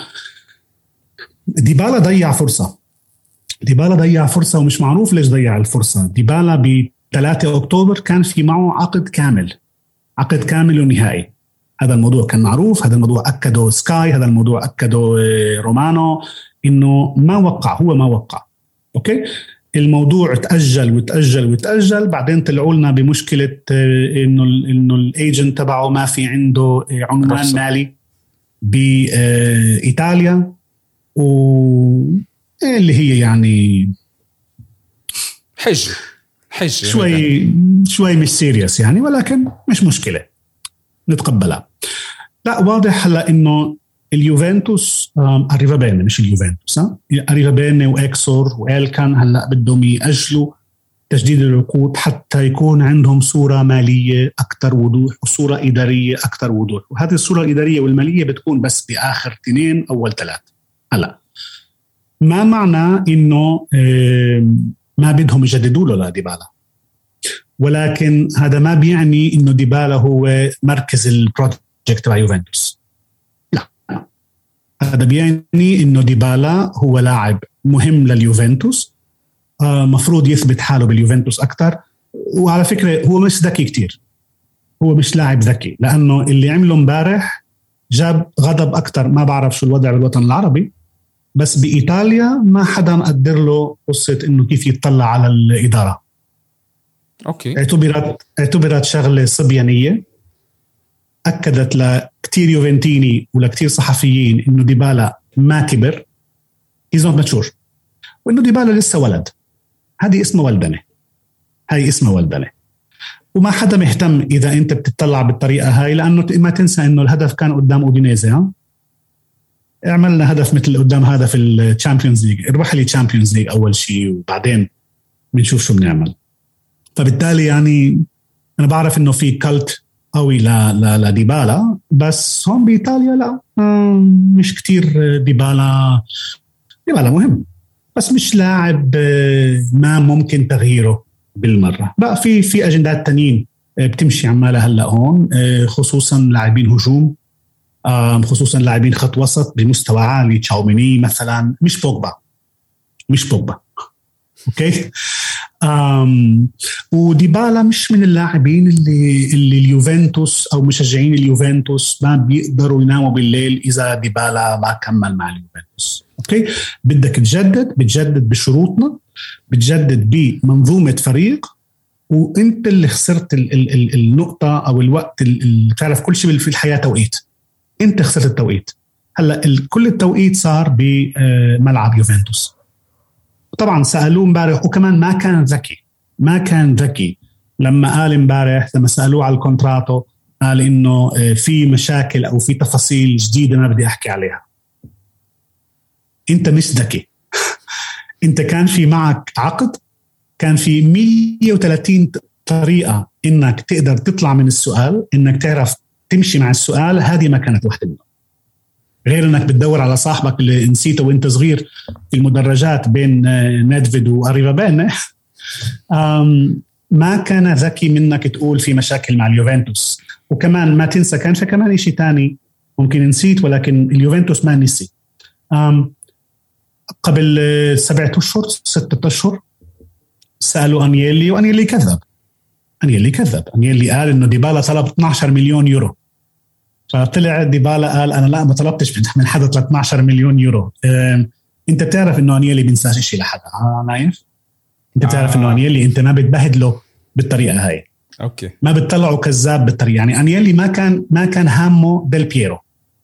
ديبالا ضيع فرصة، ديبالا ضيع فرصة ومش معروف ليش ضيع الفرصة. ديبالا بثلاثة أكتوبر كان في معه عقد كامل، عقد كامل ونهائي. هذا الموضوع كان معروف، هذا الموضوع أكده سكاي، هذا الموضوع أكده رومانو إنه ما وقع، هو ما وقع. أوكي. الموضوع تأجل وتأجل وتأجل، بعدين طلعوا لنا بمشكلة إنه إنه الإيجنت تبعه ما في عنده عنوان رفصة. مالي بإيطاليا، واللي هي يعني حج حج شوي شوي مش سيريس يعني، ولكن مش مشكلة نتقبلها. لا واضح هلا إنه اليوفنتوس أريفا بيني مش اليوفنتوس أريفا بيني وإكسور وإلكان هلا بدهم يأجلوا تجديد العقود حتى يكون عندهم صورة مالية أكتر وضوح وصورة إدارية أكتر وضوح. وهذه الصورة الإدارية والمالية بتكون بس بآخر اثنين أول ثلاث. هلا ما معنى إنه ما بدهم يجددوا له لديبالا، ولكن هذا ما بيعني إنه ديبالا هو مركز البروجكت تبع يوفنتوس. لا، هذا بيعني إنه ديبالا هو لاعب مهم لليوفنتوس، آه مفروض يثبت حاله باليوفنتوس أكتر. وعلى فكرة هو مش ذكي كتير، هو مش لاعب ذكي، لأنه اللي عمله مبارح جاب غضب أكتر. ما بعرف شو الوضع بالوطن العربي، بس بإيطاليا ما حدا مقدر له قصة إنه كيف يتطلع على الإدارة. أوكي. اعتبرت اعتبرت شغلة صبيانية، أكدت لكتير يوفنتيني ولكتير صحفيين إنه ديبالا ما كبر، he's not mature، وإنه ديبالا لسه ولد. هذه اسمه ولدنة، هاي اسمه ولدنة، وما حدا مهتم إذا أنت بتطلع بالطريقة هاي، لأنه ما تنسى إنه الهدف كان قدام أودينيزي. ها عملنا هدف مثل قدام هذا في الشامبيونز ليج، اربح لي الشامبيونز ليج أول شيء وبعدين بنشوف شو بنعمل. فبالتالي يعني أنا بعرف إنه في كالت قوي لديبالا، بس هم بإيطاليا لا مش كتير. ديبالا ديبالا مهم بس مش لاعب ما ممكن تغييره بالمرة. بقى في في أجندات تانيين بتمشي عمالها هلا هون، خصوصا لاعبين هجوم خصوصا لاعبين خط وسط بمستوى عالي، تشاوميني مثلا، مش بوجبا مش بوجبا اوكي. أم وديبالا مش من اللاعبين اللي اللي اليوفنتوس او مشجعين اليوفنتوس ما بيقدروا يناموا بالليل اذا ديبالا ما كمل مع اليوفنتوس. اوكي، بدك تجدد، بتجدد بشروطنا، بتجدد بمنظومه فريق، وانت اللي خسرت ال ال ال النقطه او الوقت اللي تعرف كل شيء في الحياه توقيت، انت خسرت التوقيت. هلا كل التوقيت صار بملعب يوفنتوس. طبعا سألوه امبارح، وكمان ما كان ذكي ما كان ذكي لما قال امبارح لما سألوه على الكونتراتو قال انه في مشاكل او في تفاصيل جديدة ما بدي احكي عليها. انت مش ذكي. انت كان في معك عقد، كان في مية وثلاثين طريقة انك تقدر تطلع من السؤال، انك تعرف تمشي مع السؤال، هذه ما كانت واحدة منهم. غير انك بتدور على صاحبك اللي نسيته وانت صغير في المدرجات بين نيدفيد واريفابين. ما كان ذكي منك تقول في مشاكل مع اليوفنتوس. وكمان ما تنسى كان في كمان شيء تاني ممكن نسيت، ولكن اليوفنتوس ما نسي. قبل سبعة أشهر ستة أشهر سألوا أنيلي، وأنيلي كذب أنيلي كذب أنيلي قال إنه ديبالا طلب اثنا عشر مليون يورو. فطلع ديبالا قال أنا لا ما طلبتش من حدا ثلاثة عشر مليون يورو. أنت بتعرف إنه أنيلي بينساش شيء لحدا. آه نايف أنت بتعرف آه. إنه أنيلي أنت ما بتبهدله بالطريقة هاي. أوكي، ما بتطلعه كذاب بالطريقة. يعني أنيلي ما كان ما كان هامه ديل بييرو،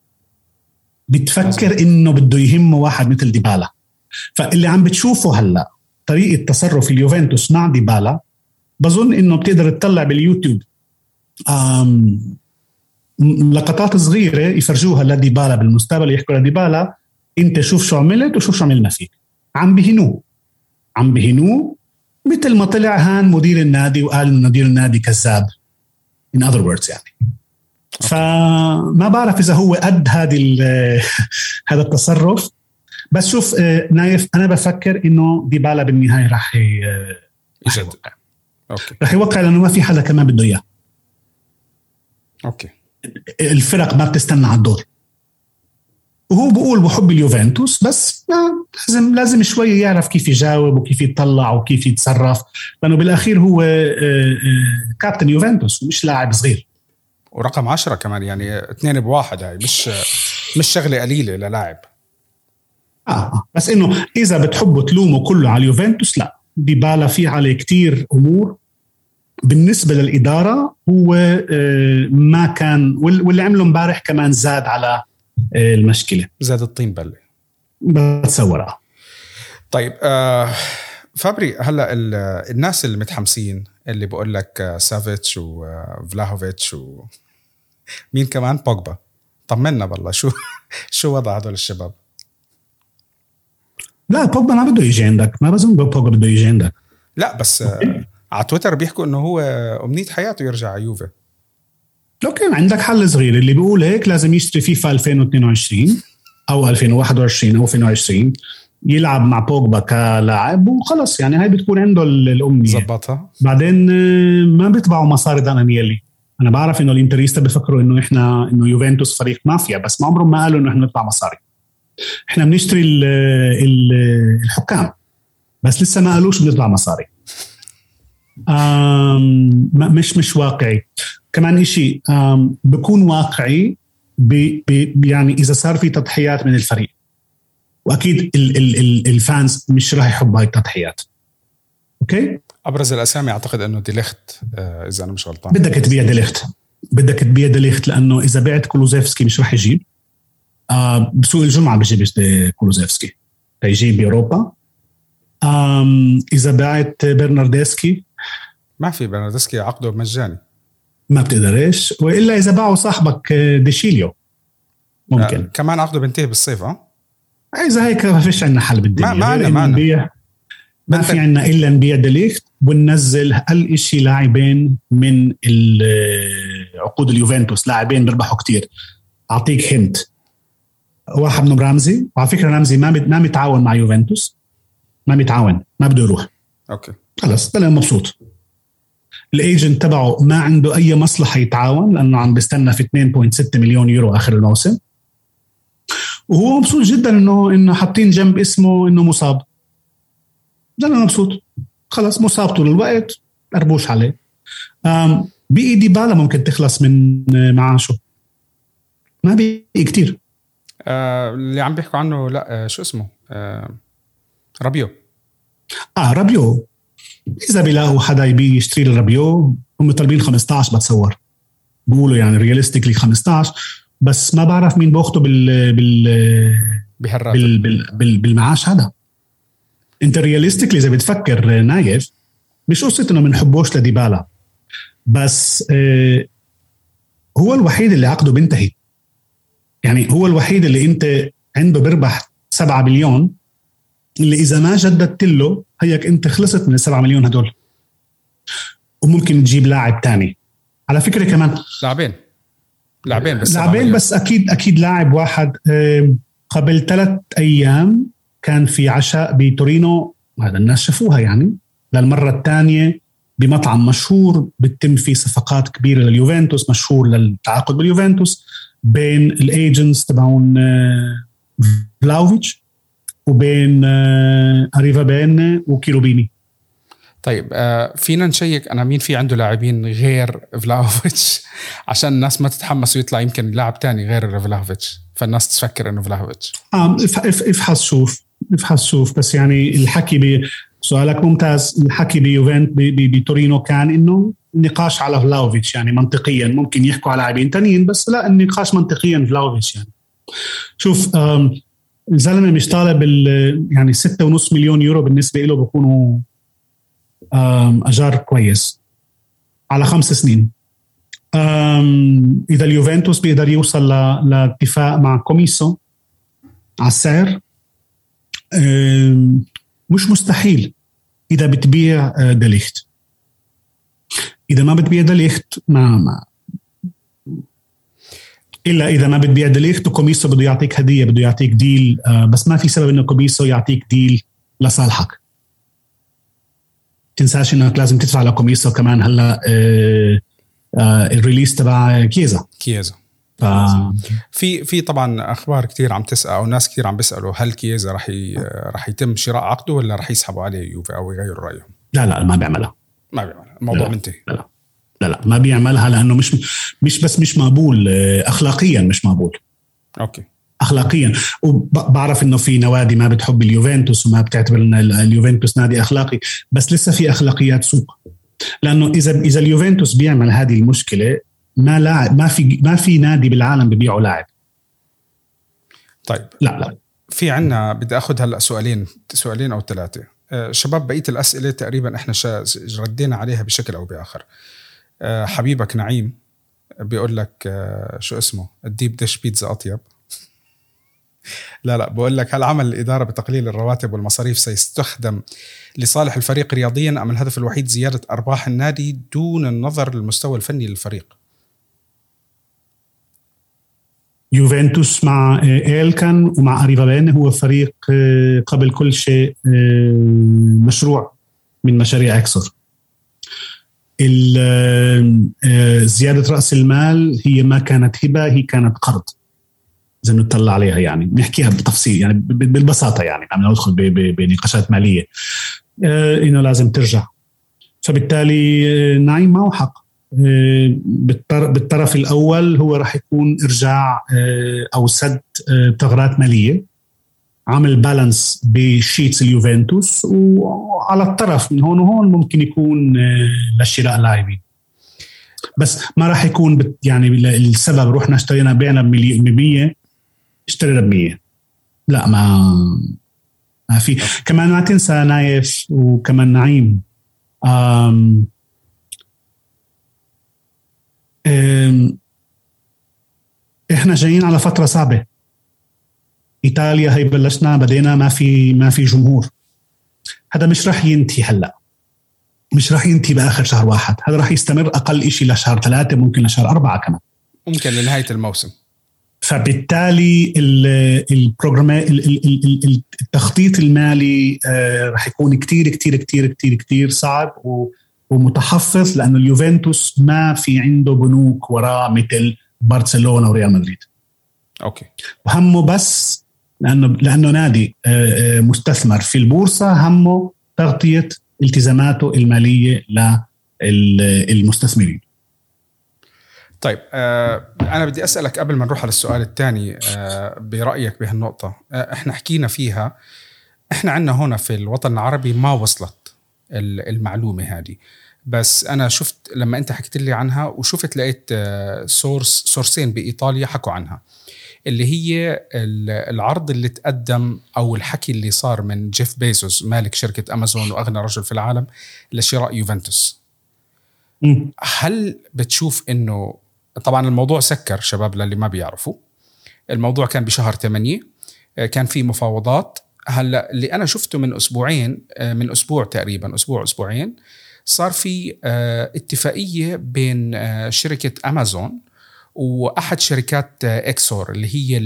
بتفكر إنه بده يهمه واحد مثل ديبالا. فاللي عم بتشوفه هلا طريقة تصرف اليوفنتوس مع ديبالا، بظن إنه بتقدر تطلع باليوتيوب آم لقطات صغيرة يفرجوها لديبالا بالمستقبل، يحكوا لديبالا انت شوف شو عملت وشوف شو عملنا فيك. عم بهنوه عم بهنوه مثل ما طلع هان مدير النادي وقال انه مدير النادي كذاب in other words يعني. فما بعرف اذا هو قد هذه هذا التصرف. بس شوف نايف، انا بفكر انه ديبالا بالنهاية راح يجدد. اوكي، راح يوقع لانه ما في حدا كمان بده اياه. اوكي، الفرق ما بتستنى على الدور، وهو بقول بحب اليوفنتوس، بس لازم لازم شوي يعرف كيف يجاوب وكيف يطلع وكيف يتصرف، لأنه بالأخير هو كابتن يوفنتوس ومش لاعب صغير. ورقم عشرة كمان، يعني اثنين بواحد، هاي مش مش شغلة قليلة للاعب. آه بس إنه إذا بتحبوا تلوموا كله على اليوفنتوس، لا، ديبالا فيه عليه كتير أمور. بالنسبة للإدارة هو ما كان، واللي عمله مبارح كمان زاد على المشكلة، زاد الطين بلة بتصورها. طيب آه فابري، هلأ الناس اللي متحمسين اللي بقول لك سافيتش وفلاهوفيتش ومين كمان بوجبا، طمنا بالله شو شو وضع هدول الشباب؟ لا بوجبا ما بده يجي عندك، ما بظن بوجبا بده يجي عندك. لا بس آه على تويتر بيحكوا انه هو امنية حياته يرجع على يوفي. اوكي، عندك حل صغير، اللي بيقول هيك لازم يشتري فيفا ألفين واثنين وعشرين او ألفين وواحد وعشرين او ألفين وعشرين، يلعب مع بوجبا كلاعب وخلص. يعني هاي بتكون عنده الامنيه، زبطها. بعدين ما بيطبعوا مصاري دان انيلي. انا بعرف انه الانتريستا بفكروا انه احنا انه يوفنتوس فريق مافيا، بس ما عمرهم ما قالوا انه احنا نطلع مصاري. احنا بنشتري ال ال الحكام، بس لسه ما قالوش بنطلع مصاري. آم مش مش واقعي. كمان إشي بكون واقعي ب ب يعني إذا صار في تضحيات من الفريق، وأكيد ال ال ال الفانز مش راح يحبوا هاي التضحيات. أوكي، أبرز الأسامي أعتقد أنه ديليخت، آه إذا أنا مش غلطان. بدك تبيع ديليخت بدك تبيع ديليخت لأنه إذا بعت كولوزيفسكي مش راح يجيب. آه بسوق الجمعة بيجيب كولوزيفسكي، هيجيب بأوروبا. آم إذا بعت برناردسكي، ما في برناردسكي عقده مجاني، ما بتقدرش، وإلا إذا باعوا صاحبك ديشيليو ممكن. آه كمان عقده بنتهي بالصيف. اه إذا هيك ما فيش عنا حل بالدنيا. ما ما ما, نبيع ما في عنا إلا نبيع ديليخت وننزل أقل إشي لاعبين من عقود اليوفنتوس، لاعبين بيربحوا كتير. أعطيك هنت، واحد منهم رامزي، وعلى فكرة رامزي ما ما متعاون مع يوفنتوس، ما متعاون، ما بده يروح. أوكي خلاص، بلا مبسوط. الايجنت تبعه ما عنده اي مصلحه يتعاون لانه عم بيستنى في اثنين فاصلة ستة مليون يورو اخر الموسم، وهو مبسوط جدا انه انه حاطين جنب اسمه انه مصاب. انا مبسوط خلاص، مصاب طول الوقت، اربوش عليه. بقي ديبالا ممكن تخلص من معاشه، ما بقي كتير. آه اللي عم بيحكوا عنه لا آه شو اسمه آه رابيو. اه رابيو اذا بيلاقوا حدا يبي يشتري الرابيو، هم طالبين خمسة عشر بتصور، بيقولوا يعني رياليستيكلي خمسة عشر، بس ما بعرف مين باخده بال بال بال, بال, بال بالمعاش هذا. انت رياليستيكلي اذا بتفكر نايف، مش قصة انه منحبوش لديبالا، بس آه هو الوحيد اللي عقده بينتهي، يعني هو الوحيد اللي انت عنده بربح سبعة مليون، اللي اذا ما جددت له هيك انت خلصت من السبعة مليون هدول، وممكن تجيب لاعب تاني. على فكرة كمان لاعبين لاعبين بس لاعبين بس اكيد اكيد لاعب واحد. قبل ثلاث ايام كان في عشاء بتورينو، هذا الناس شافوها يعني للمرة الثانية بمطعم مشهور بتتم فيه صفقات كبيرة لليوفنتوس، مشهور للتعاقد باليوفنتوس، بين الايجنتس تبعون فلاوفيتش وبين أريفا بين وكيروبيني. طيب آه فينا نشيك أنا مين في عنده لاعبين غير فلاوفيتش عشان الناس ما تتحمس ويطلع يمكن لاعب تاني غير فلاوفيتش فالناس تفكر إنه فلاوفيتش. آه افحص شوف افحص شوف بس يعني الحكي بسؤالك ممتاز. الحكي بيوفنت بتورينو كان إنه نقاش على فلاوفيتش، يعني منطقيا ممكن يحكوا على لاعبين تانيين، بس لا النقاش منطقيا فلاوفيتش. يعني شوف الزلمة مش طالب يعني ستة ونص مليون يورو، بالنسبة له بيكونوا أجار كويس على خمس سنين. إذا اليوفنتوس بيقدر يوصل لاتفاق مع كوميسو على السعر مش مستحيل إذا بتبيع دليخت. إذا ما بتبيع دليخت ما, ما إلا إذا ما بتبيع دليخت وكوميسو بده يعطيك هدية، بده يعطيك ديل، بس ما في سبب إنه كوميسو يعطيك ديل لصالحك. تنساش إنك لازم تدفع لكوميسو كمان هلا آه آه الريليس تبع كيزا كيزا ف... في في طبعا أخبار كتير عم تسأل أو ناس كتير عم بيسألوا هل كيزا رح ي... رح يتم شراء عقده ولا رح يسحبوا عليه يوفي أو يغيروا رأيهم؟ لا لا ما بيعملها ما بيعملها، الموضوع منتهي. لا لا. لا لا ما بيعملها لأنه مش مش بس مش مقبول أخلاقيا، مش مقبول. أوكي أخلاقيا. وبعرف إنه في نوادي ما بتحب اليوفنتوس وما بتعتبر إن اليوفنتوس نادي أخلاقي، بس لسه في أخلاقيات سوق. لأنه إذا إذا اليوفنتوس بيعمل هذه المشكلة ما لاعب ما في ما في نادي بالعالم ببيعه لاعب. طيب لا لا في عنا بدي أخذ هلأ سؤالين سؤالين أو ثلاثة. أه شباب بقية الأسئلة تقريبا إحنا ردينا عليها بشكل أو بآخر. أه حبيبك نعيم بيقول لك أه شو اسمه الديب ديش بيتزا أطيب. لا لا بقول لك هل عمل الإدارة بتقليل الرواتب والمصاريف سيستخدم لصالح الفريق رياضيا أم الهدف الوحيد زيادة أرباح النادي دون النظر للمستوى الفني للفريق؟ يوفنتوس مع إيلكان ومع أريفابين هو فريق قبل كل شيء مشروع من مشاريع أكسر. زيادة رأس المال هي ما كانت هبة، هي كانت قرض زي ما نطلع عليها، يعني نحكيها بالتفصيل يعني بالبساطة، يعني عم ندخل بنقاشات مالية إنه لازم ترجع. فبالتالي نعيم معه حق. بالطرف الأول هو راح يكون إرجاع أو سد ثغرات مالية، عمل بالانس بشيتس اليوفنتوس، وعلى الطرف من هون وهون ممكن يكون لشراء لاعبين، بس ما راح يكون يعني السبب روحنا اشترينا بيعنا بمية اشترينا بمية. لا ما ما في. كمان ما تنسى نايف وكمان نعيم أم أم احنا جايين على فترة صعبة. إيطاليا هي بلشنا بدينا ما في ما في جمهور. هذا مش راح ينتهي هلا، مش راح ينتهي بآخر شهر واحد، هذا راح يستمر أقل إشي لشهر ثلاثة، ممكن لشهر أربعة كمان، ممكن لنهاية الموسم. فبالتالي البروجرام التخطيط المالي راح يكون كتير كتير كتير كتير كتير صعب، ومتحفظ، لأنه اليوفنتوس ما في عنده بنوك وراء مثل برشلونة وريال مدريد. أوكي. وهمه بس لأنه لأنه نادي مستثمر في البورصة، همه تغطية التزاماته المالية للمستثمرين. طيب آه أنا بدي أسألك قبل ما نروح على السؤال الثاني آه برأيك بهالنقطة. آه إحنا حكينا فيها، إحنا عنا هنا في الوطن العربي ما وصلت المعلومة هذه، بس أنا شفت لما أنت حكيت لي عنها وشفت لقيت آه سورس سورسين بإيطاليا حكوا عنها، اللي هي العرض اللي تقدم أو الحكي اللي صار من جيف بيزوس مالك شركة أمازون وأغنى رجل في العالم لشراء يوفنتوس. م. هل بتشوف إنه طبعا الموضوع سكر شباب للي ما بيعرفوا، الموضوع كان بشهر ثمانية، كان في مفاوضات. هلا اللي أنا شفته من أسبوعين، من أسبوع تقريبا أسبوع أسبوعين، صار في اتفاقية بين شركة أمازون وأحد شركات إكسور اللي هي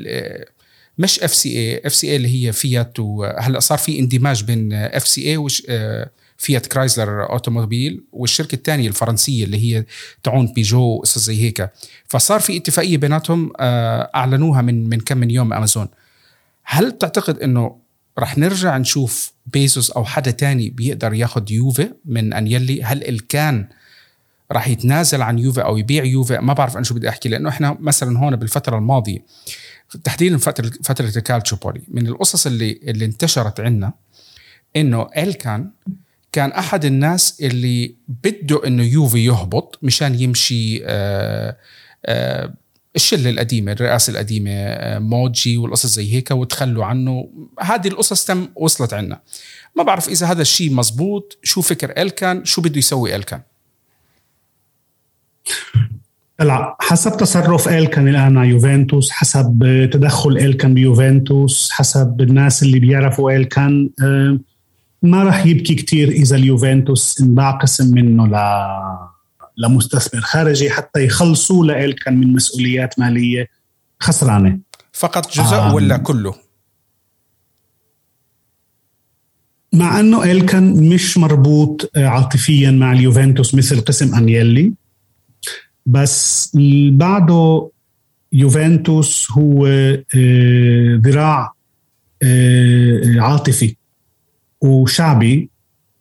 مش اف سي اي اف سي اي اللي هي فيات، وهلا صار في اندماج بين اف سي اي وش فيات كرايزلر اوتوموبيل والشركه الثانيه الفرنسيه اللي هي تعون بيجو قصص زي هيك. فصار في اتفاقيه بيناتهم اعلنوها من من كم من يوم امازون. هل تعتقد انه رح نرجع نشوف بيزوس او حدا تاني بيقدر ياخد يوفي من انيلي؟ هل الكان راح يتنازل عن يوفي او يبيع يوفي؟ ما بعرف انا شو بدي احكي، لانه احنا مثلا هون بالفتره الماضيه تحديدا فتره فتره الكالتشوبولي، من القصص اللي اللي انتشرت عنا انه الكان كان احد الناس اللي بده انه يوفي يهبط مشان يمشي آآ آآ الشله القديمه، الرئاسه القديمه موجي والقصص زي هيك، وتخلوا عنه. هذه القصص تم وصلت عنا. ما بعرف اذا هذا الشيء مزبوط. شو فكر الكان؟ شو بده يسوي الكان؟ لا، حسب تصرف إلكان الآن مع يوفنتوس، حسب تدخل إلكان بيوفنتوس، حسب الناس اللي بيعرفوا إلكان، ما رح يبكي كتير إذا اليوفنتوس انباع قسم منه ل... لمستثمر خارجي حتى يخلصوا لإلكان من مسؤوليات مالية خسرانة. فقط جزء آه ولا كله؟ مع أنه إلكان مش مربوط عاطفيا مع اليوفنتوس مثل قسم أنيلي، بس بعده يوفنتوس هو ذراع عاطفي وشعبي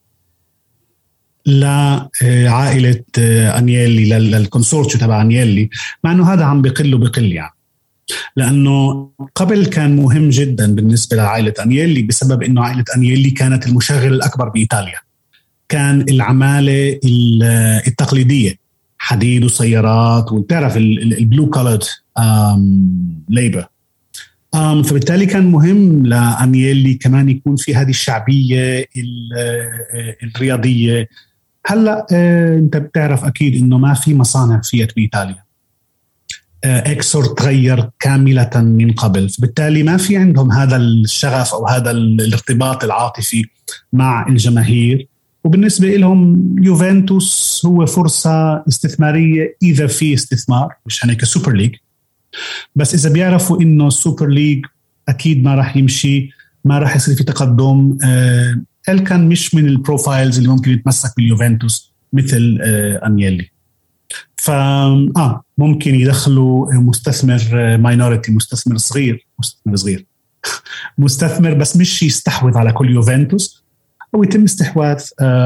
لعائلة أنيلي، للكونسورتيو تبع أنيلي، مع أنه هذا عم بقل وبقل يعني، لأنه قبل كان مهم جدا بالنسبة لعائلة أنيلي بسبب أنه عائلة أنيلي كانت المشغل الأكبر بإيطاليا. كان العمالة التقليدية، حديد وسيارات، وتعرف البلو كولد ليبر، فبالتالي كان مهم لأنيلي كمان يكون في هذه الشعبية الرياضية. هلأ انت بتعرف أكيد إنه ما في مصانع فيات بإيطاليا، إكسور تغير كاملة من قبل، فبالتالي ما في عندهم هذا الشغف أو هذا الارتباط العاطفي مع الجماهير. وبالنسبة لهم يوفنتوس هو فرصة استثمارية إذا في استثمار، مش هناك سوبر ليج، بس إذا بيعرفوا إنه السوبر ليج أكيد ما راح يمشي، ما راح يصير في تقدم. آه الكان مش من البروفايلز اللي ممكن يتمسك باليوفنتوس مثل آه أنيلي. فآه ممكن يدخلوا مستثمر ماينورتي، مستثمر صغير مستثمر صغير مستثمر بس مش يستحوذ على كل يوفنتوس، أو يتم استحواذ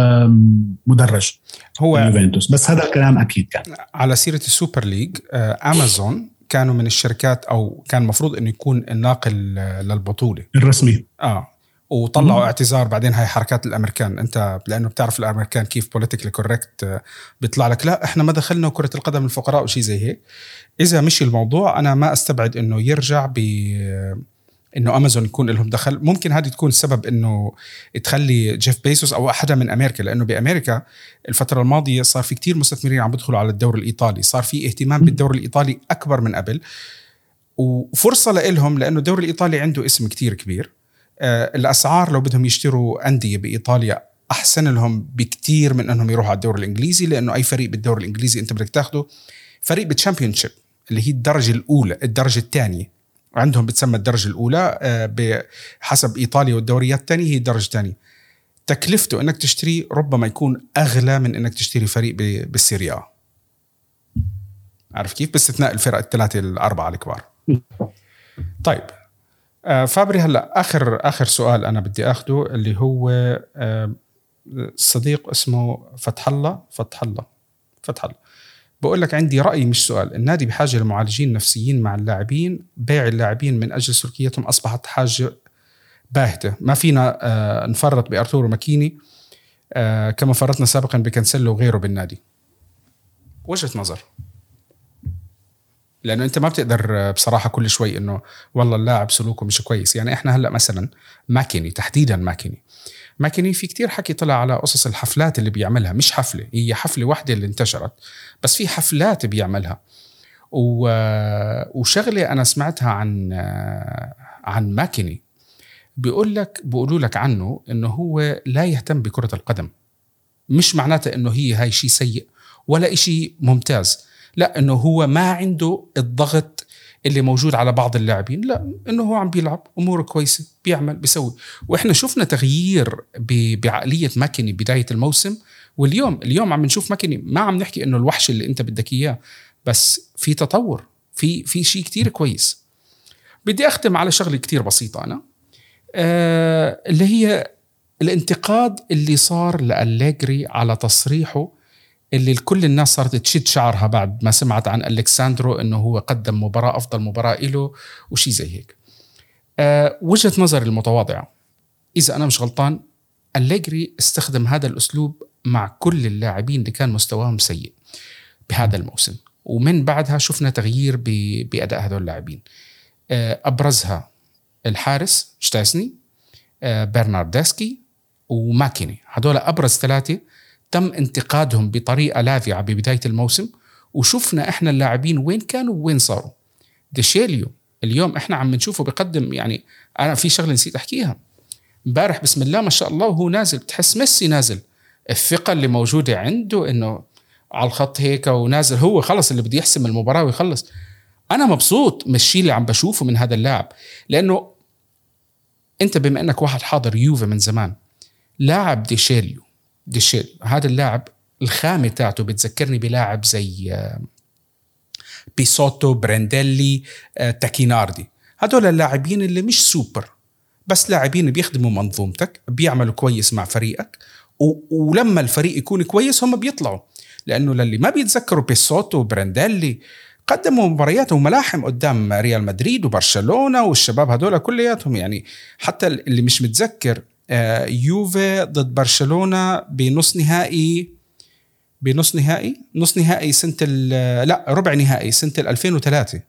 مدرج هو يوفنتوس. بس هذا الكلام أكيد كان على سيرة السوبر ليج. أمازون كانوا من الشركات، أو كان مفروض أنه يكون الناقل للبطولة الرسمي، آه وطلعوا م- اعتذار. بعدين هاي حركات الأمريكان، أنت لأنه بتعرف الأمريكان كيف politically correct، بيطلع لك لا إحنا ما دخلنا كرة القدم الفقراء وشي زي هيك. إذا مشي الموضوع أنا ما أستبعد أنه يرجع ب إنه أمازون يكون لهم دخل. ممكن هذه تكون السبب إنه تخلي جيف بيزوس أو أحدا من أمريكا، لأنه بأمريكا الفترة الماضية صار في كتير مستثمرين عم بدخلوا على الدوري الإيطالي، صار في اهتمام بالدوري الإيطالي أكبر من قبل، وفرصة لهم لأنه الدوري الإيطالي عنده اسم كتير كبير. آه الأسعار لو بدهم يشتروا أندية بإيطاليا أحسن لهم بكتير من أنهم يروحوا على الدوري الإنجليزي، لأنه أي فريق بالدوري الإنجليزي أنت بدك تاخده فريق بالتشامبيونشيب اللي هي الدرجة الأولى، الدرجة الثانية عندهم بتسمى الدرجة الأولى بحسب إيطاليا، والدوريات الثانية هي الدرجة الثانية. تكلفته انك تشتري ربما يكون اغلى من انك تشتري فريق بالسيريا آ. عارف كيف؟ باستثناء الفرق الثلاثه الاربعه الكبار. طيب آه فابري، هلا اخر اخر سؤال انا بدي اخده اللي هو آه صديق اسمه فتح الله فتح الله فتح الله بقول لك عندي رأي مش سؤال. النادي بحاجة لمعالجين نفسيين مع اللاعبين. بيع اللاعبين من أجل سلوكيتهم أصبحت حاجة باهتة. ما فينا آه نفرط بأرتورو ماكيني آه كما فرطنا سابقا بكنسلو وغيره بالنادي. وجهة نظر، لأنه أنت ما بتقدر بصراحة كل شوي إنه والله اللاعب سلوكه مش كويس. يعني إحنا هلأ مثلا ماكيني تحديدا ماكيني ماكيني في كتير حكي طلع على قصص الحفلات اللي بيعملها. مش حفلة، هي حفلة واحدة اللي انتشرت، بس في حفلات بيعملها. وشغلة أنا سمعتها عن عن ماكيني بيقول لك بيقولوا لك عنه إنه هو لا يهتم بكرة القدم. مش معناته إنه هي هاي شيء سيء ولا إشي ممتاز، لا، إنه هو ما عنده الضغط اللي موجود على بعض اللاعبين. لا، إنه هو عم بيلعب أموره كويسة، بيعمل بيسوي. وإحنا شفنا تغيير بعقلية ماكيني بداية الموسم، واليوم اليوم عم نشوف ماكيني. ما عم نحكي إنه الوحش اللي أنت بدك إياه، بس في تطور، في في شيء كتير كويس. بدي أختم على شغلة كتير بسيطة أنا آه اللي هي الانتقاد اللي صار لأليجري على تصريحه اللي كل الناس صارت تشد شعرها بعد ما سمعت عن ألكساندرو إنه هو قدم مباراة أفضل مباراة إله وشي زي هيك. أه وجهة نظر المتواضعة، إذا أنا مش غلطان أليجري استخدم هذا الأسلوب مع كل اللاعبين اللي كان مستواهم سيء بهذا الموسم، ومن بعدها شفنا تغيير بأداء هذول اللاعبين. أه أبرزها الحارس شتاسني، أه برناردسكي وماكيني. هذول أبرز ثلاثة تم انتقادهم بطريقة لاذعة ببداية الموسم، وشفنا إحنا اللاعبين وين كانوا وين صاروا. ديشيليو اليوم إحنا عم نشوفه بقدم. يعني أنا في شغلة نسيت أحكيها امبارح، بسم الله ما شاء الله، وهو نازل تحس ميسي نازل. الثقة اللي موجودة عنده إنه على الخط هيك ونازل، هو خلص اللي بده يحسم المباراة ويخلص. أنا مبسوط من الشيء اللي عم بشوفه من هذا اللاعب، لأنه أنت بما أنك واحد حاضر يوفي من زمان، لاعب ديشيليو ديشيل هذا اللاعب الخامة تاعته بتذكرني بلاعب زي بيسوتو، برنديلي، تاكيناردي. هدول اللاعبين اللي مش سوبر، بس لاعبين بيخدموا منظومتك، بيعملوا كويس مع فريقك، ولما الفريق يكون كويس هم بيطلعوا. لأنه للي ما بيتذكروا بيسوتو وبرنديلي قدموا مباريات وملاحم قدام ريال مدريد وبرشلونة والشباب هدول كلياتهم. يعني حتى اللي مش متذكر يوفي ضد برشلونة بنص نهائي بنص نهائي نص نهائي سنة لا ربع نهائي سنة ألفين وثلاثة.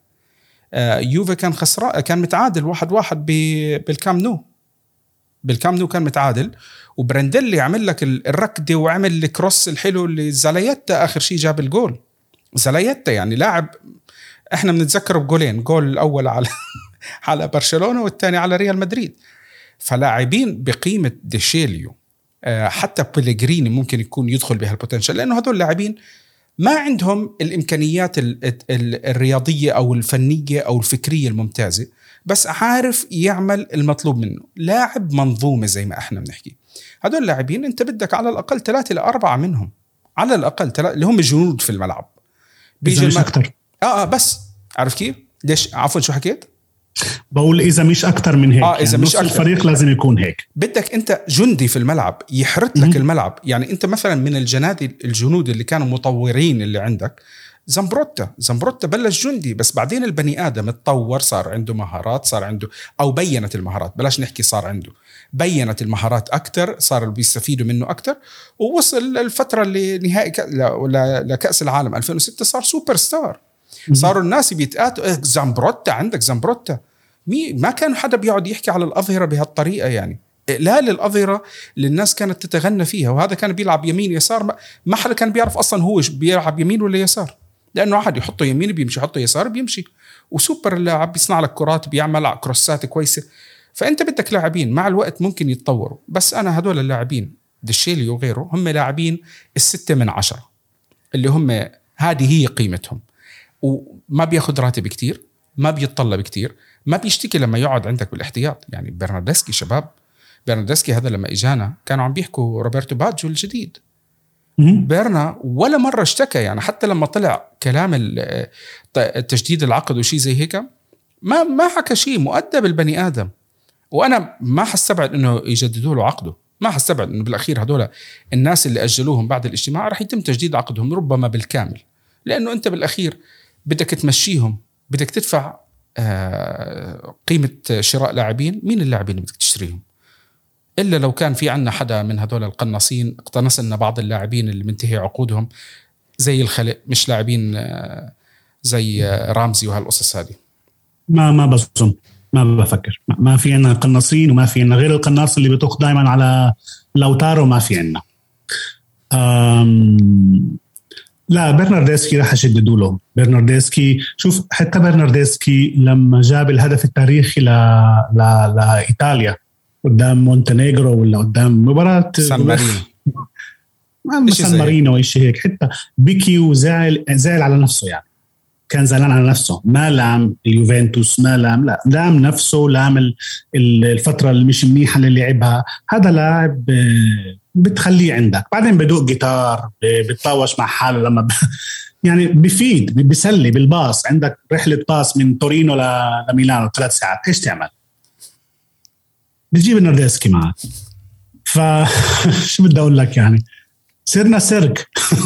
يوفي كان خسران، كان متعادل واحد واحد بالكام نو بالكام نو كان متعادل، وبرنديلي عمل لك الركضة وعمل الكروس الحلو اللي زلايتا آخر شيء جاب الجول. زلايتا يعني لاعب احنا بنتذكره بجولين، جول الأول على على برشلونة والثاني على ريال مدريد. فلاعبين بقيمة ديشيليو حتى بيليغريني ممكن يكون يدخل بها البوتنشال، لأنه هذول اللاعبين ما عندهم الإمكانيات الرياضية أو الفنية أو الفكرية الممتازة، بس عارف يعمل المطلوب منه. لاعب منظومة زي ما احنا بنحكي. هذول اللاعبين انت بدك على الأقل ثلاثة لأربعة منهم، على الأقل ثلاثة اللي هم جنود في الملعب. بيجي مش أكتر. آه, آه بس عارف كيف ليش عفوا شو حكيت؟ بقول إذا مش أكتر من هيك. آه إذا يعني مش أكتر. الفريق لازم يكون هيك. بدك أنت جندي في الملعب يحرت لك الملعب. يعني أنت مثلا من الجناد الجنود اللي كانوا مطورين اللي عندك زمبروتا زمبروتا بلش جندي، بس بعدين البني آدم اتطور، صار عنده مهارات، صار عنده أو بينت المهارات، بلاش نحكي صار عنده، بينت المهارات أكتر، صار بيستفيدوا منه أكتر، ووصل الفترة اللي نهائي ك... لكأس العالم ألفين وستة صار سوبر ستار. صاروا الناس بيتقاتوا زمبروتا، عندك زمبروتا. مي ما كان حدا بيقعد يحكي على الأظهرة بهالطريقة، يعني لا للأظهرة اللي الناس كانت تتغنى فيها. وهذا كان بيلعب يمين يسار، ما حدا كان بيعرف أصلا هو بيلعب يمين ولا يسار، لأنه أحد يحطه يمين بيمشي، يحطه يسار بيمشي. وسوبر اللاعب بيصنع لك كرات، بيعمل كروسات كويسة. فأنت بدك لاعبين مع الوقت ممكن يتطوروا. بس أنا هدول اللاعبين ديشيليو وغيره هم لاعبين الستة من عشرة اللي هم هذه هي قيمتهم، وما بياخد راتب كتير، ما بيتطلب كتير، ما بيشتكي لما يقعد عندك بالاحتياط. يعني برناردسكي شباب برناردسكي هذا لما إجانا كانوا عم بيحكوا روبرتو باجيو الجديد. بيرنا ولا مرة اشتكى، يعني حتى لما طلع كلام التجديد العقد وشي زي هيك ما ما حكى شيء، مؤدب البني آدم. وأنا ما حستبعد إنه يجددوا له عقده، ما حستبعد إنه بالأخير هدول الناس اللي أجلوهم بعد الاجتماع رح يتم تجديد عقدهم ربما بالكامل، لأنه أنت بالأخير بدك تمشيهم، بدك تدفع آه قيمة شراء لاعبين. مين اللاعبين اللي بدك تشتريهم؟ إلا لو كان في عنا حدا من هدول القناصين اقتنص لنا بعض اللاعبين اللي منتهي عقودهم زي الخلق، مش لاعبين آه زي آه رامزي وهالقصص هذه. ما ما بظن، ما بفكر، ما في عنا قناصين، وما في عنا غير القناص اللي بتوخ دائما على لوتارو، ما في عنا. لا برناردسكي راح يجددوا له. برناردسكي شوف، حتى برناردسكي لما جاب الهدف التاريخي ل ل لإيطاليا قدام مونتينيغرو ولا قدام مباراة سان مارينو سان مارينو أي شيء هيك، حتى بكي وزعل زعل على نفسه، يعني كان زعلان على نفسه، ما لام اليوفنتوس، ما لام لا لام نفسه، لام الفترة اللي مش منيحة اللي لعبها. هذا لاعب بتخليه عندك، بعدين بدوق جيتار، بتطاوش مع حاله لما ب... يعني بفيد، بيسلي بالباص. عندك رحلة باص من تورينو لميلانو ثلاث ساعات، ايش تعمل؟ بتجيب برناردسكي معك. فشو بدي أقول لك، يعني صرنا سيرك.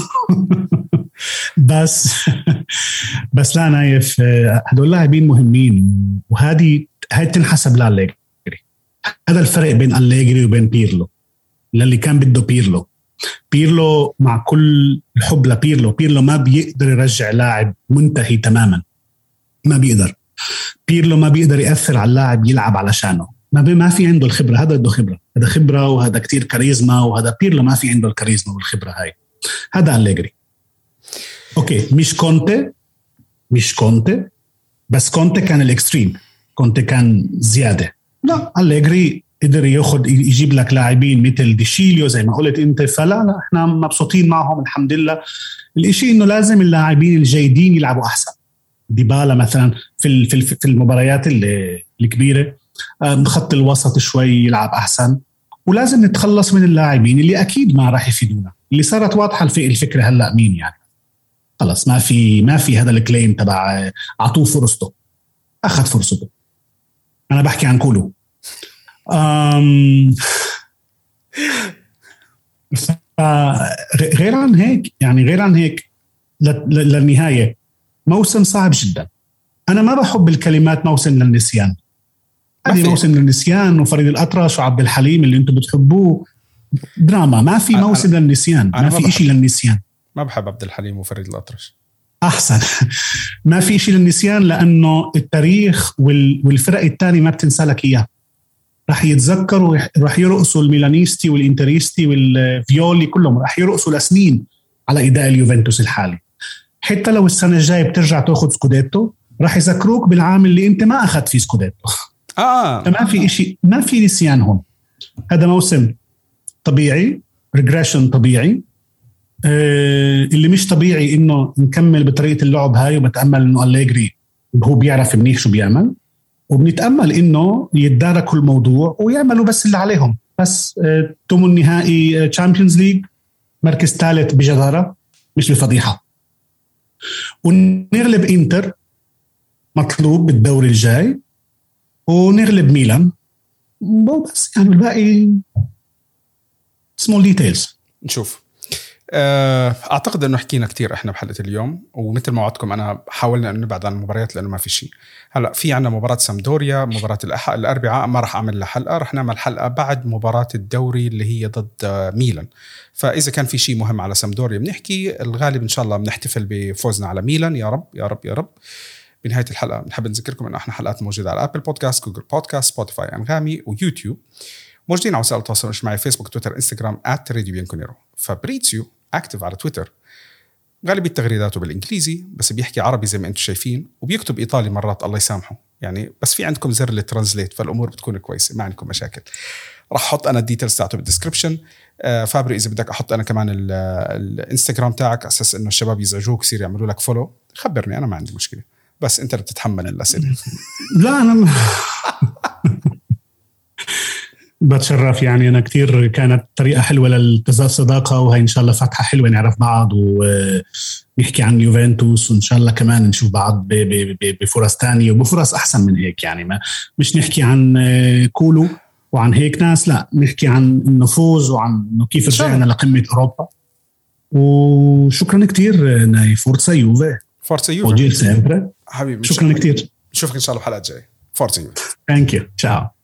بس بس لا نايف، هدول لاعبين مهمين، وهذه هاي تنحسب لأليجري. هذا الفرق بين أليجري وبين بيرلو، للي كان بده بيرلو. بيرلو مع كل الحب لبيرلو، بيرلو ما بيقدر يرجع لاعب منتهي تماما، ما بيقدر. بيرلو ما بيقدر يأثر على اللاعب يلعب علشانه، ما ما في عنده الخبرة. هذا عنده خبرة، هذا خبرة، وهذا كتير كاريزما، وهذا بيرلو ما في عنده الكاريزما والخبرة هاي. هذا أليجري. أوكي، مش كونتي، مش كونتي، بس كونتي كان الإكستريم، كونتي كان زيادة. لا، أليجري قدر ياخد يجيب لك لاعبين مثل ديشيليو زي ما قلت انت، فلا لا احنا مبسوطين معهم الحمد لله. الاشي انه لازم اللاعبين الجيدين يلعبوا احسن. ديبالا مثلا في في في المباريات الكبيره خط الوسط شوي يلعب احسن، ولازم نتخلص من اللاعبين اللي اكيد ما راح يفيدونا، اللي صارت واضحه الفكره هلا مين. يعني خلص ما في ما في هذا الكليم تبع اعطوه فرصته، اخذ فرصته. انا بحكي عن كولو. أم غير عن هيك، يعني غير عن هيك للنهاية موسم صعب جدا. أنا ما بحب الكلمات موسم للنسيان. هذه موسم للنسيان، وفريد الأطرش وعبد الحليم اللي أنتم بتحبوه دراما. ما في موسم أنا للنسيان، ما في إشي للنسيان. ما بحب عبد الحليم وفريد الأطرش. أحسن. ما في إشي للنسيان، لأنه التاريخ والفرق الثانية ما بتنسى لك إياه. راح يتذكروا، راح يرقصوا الميلانيستي والإنتريستي والفيولي كلهم، راح يرقصوا لسنين على إداء اليوفنتوس الحالي. حتى لو السنة الجاية بترجع تأخذ سكوديتو، راح يذكروك بالعام اللي أنت ما أخذت فيه سكوديتو. آه. ما في إشي، ما في نسيان هون. هذا موسم طبيعي، ريجريشن طبيعي. آه اللي مش طبيعي إنه نكمل بطريقة اللعب هاي، وبتأمل إنه أليجري هو بيعرف منيح شو بيعمل، وبنتأمل إنه يتداركوا الموضوع ويعملوا بس اللي عليهم. بس تم النهائي تشامبيونز ليج، مركز ثالث بجدارة مش بفضيحة، ونغلب إنتر مطلوب بالدوري الجاي، ونغلب ميلان، بس يعني الباقي small details. نشوف. أعتقد أنه حكينا كتير إحنا بحلقة اليوم، ومثل ما وعدتكم أنا حاولنا أن نبعد عن المباريات لأنه ما في شيء. هلأ في عنا مباراة سامدوريا، مباراة الأربعاء ما رح أعمل لها حلقة، رح نعمل حلقة بعد مباراة الدوري اللي هي ضد ميلان. فإذا كان في شيء مهم على سامدوريا بنحكي، الغالب إن شاء الله بنحتفل بفوزنا على ميلان، يا رب يا رب يا رب. بنهاية الحلقة بنحب نذكركم أنه إحنا حلقات موجودة على أبل بودكاست، جوجل بودكاست، سبوتيفاي، أنغامي، ويوتيوب. موجودين على وسائل التواصل الاجتماعي فيسبوك، تويتر، انستغرام آت راديو بيانكونيرو. فبريتسيو اكتف على تويتر، غالبية تغريداته بالإنجليزي بس بيحكي عربي زي ما أنتم شايفين، وبيكتب إيطالي مرات الله يسامحه يعني، بس في عندكم زر للترانزليت فالأمور بتكون كويسة، ما عندكم مشاكل. راح أحط أنا الديتيلز تاعته بالديسكريبشن. آه فابري إذا بدك أحط أنا كمان الانستغرام تاعك أساس إنه الشباب يزعجوك يصير يعملوا لك فولو، خبرني أنا ما عندي مشكلة، بس أنت اللي بتتحمل الأسئلة. لا أنا بتشرف يعني. أنا كتير كانت طريقة حلوة للصداقة، وهي إن شاء الله فتحة حلوة نعرف بعض ونحكي عن يوفنتوس، وإن شاء الله كمان نشوف بعض بفرص تانية وبفرص أحسن من هيك. يعني ما مش نحكي عن كولو وعن هيك ناس، لا نحكي عن النفوذ وعن كيف رجعنا لقمة أوروبا. وشكرا كتير ناي فورتسا يوفي. فورتسا يوفي سيمبري حبيبي. شكرا كتير. نشوفك إن شاء الله بحلقة جاي. فورتسا يوفي. Thank you. Ciao.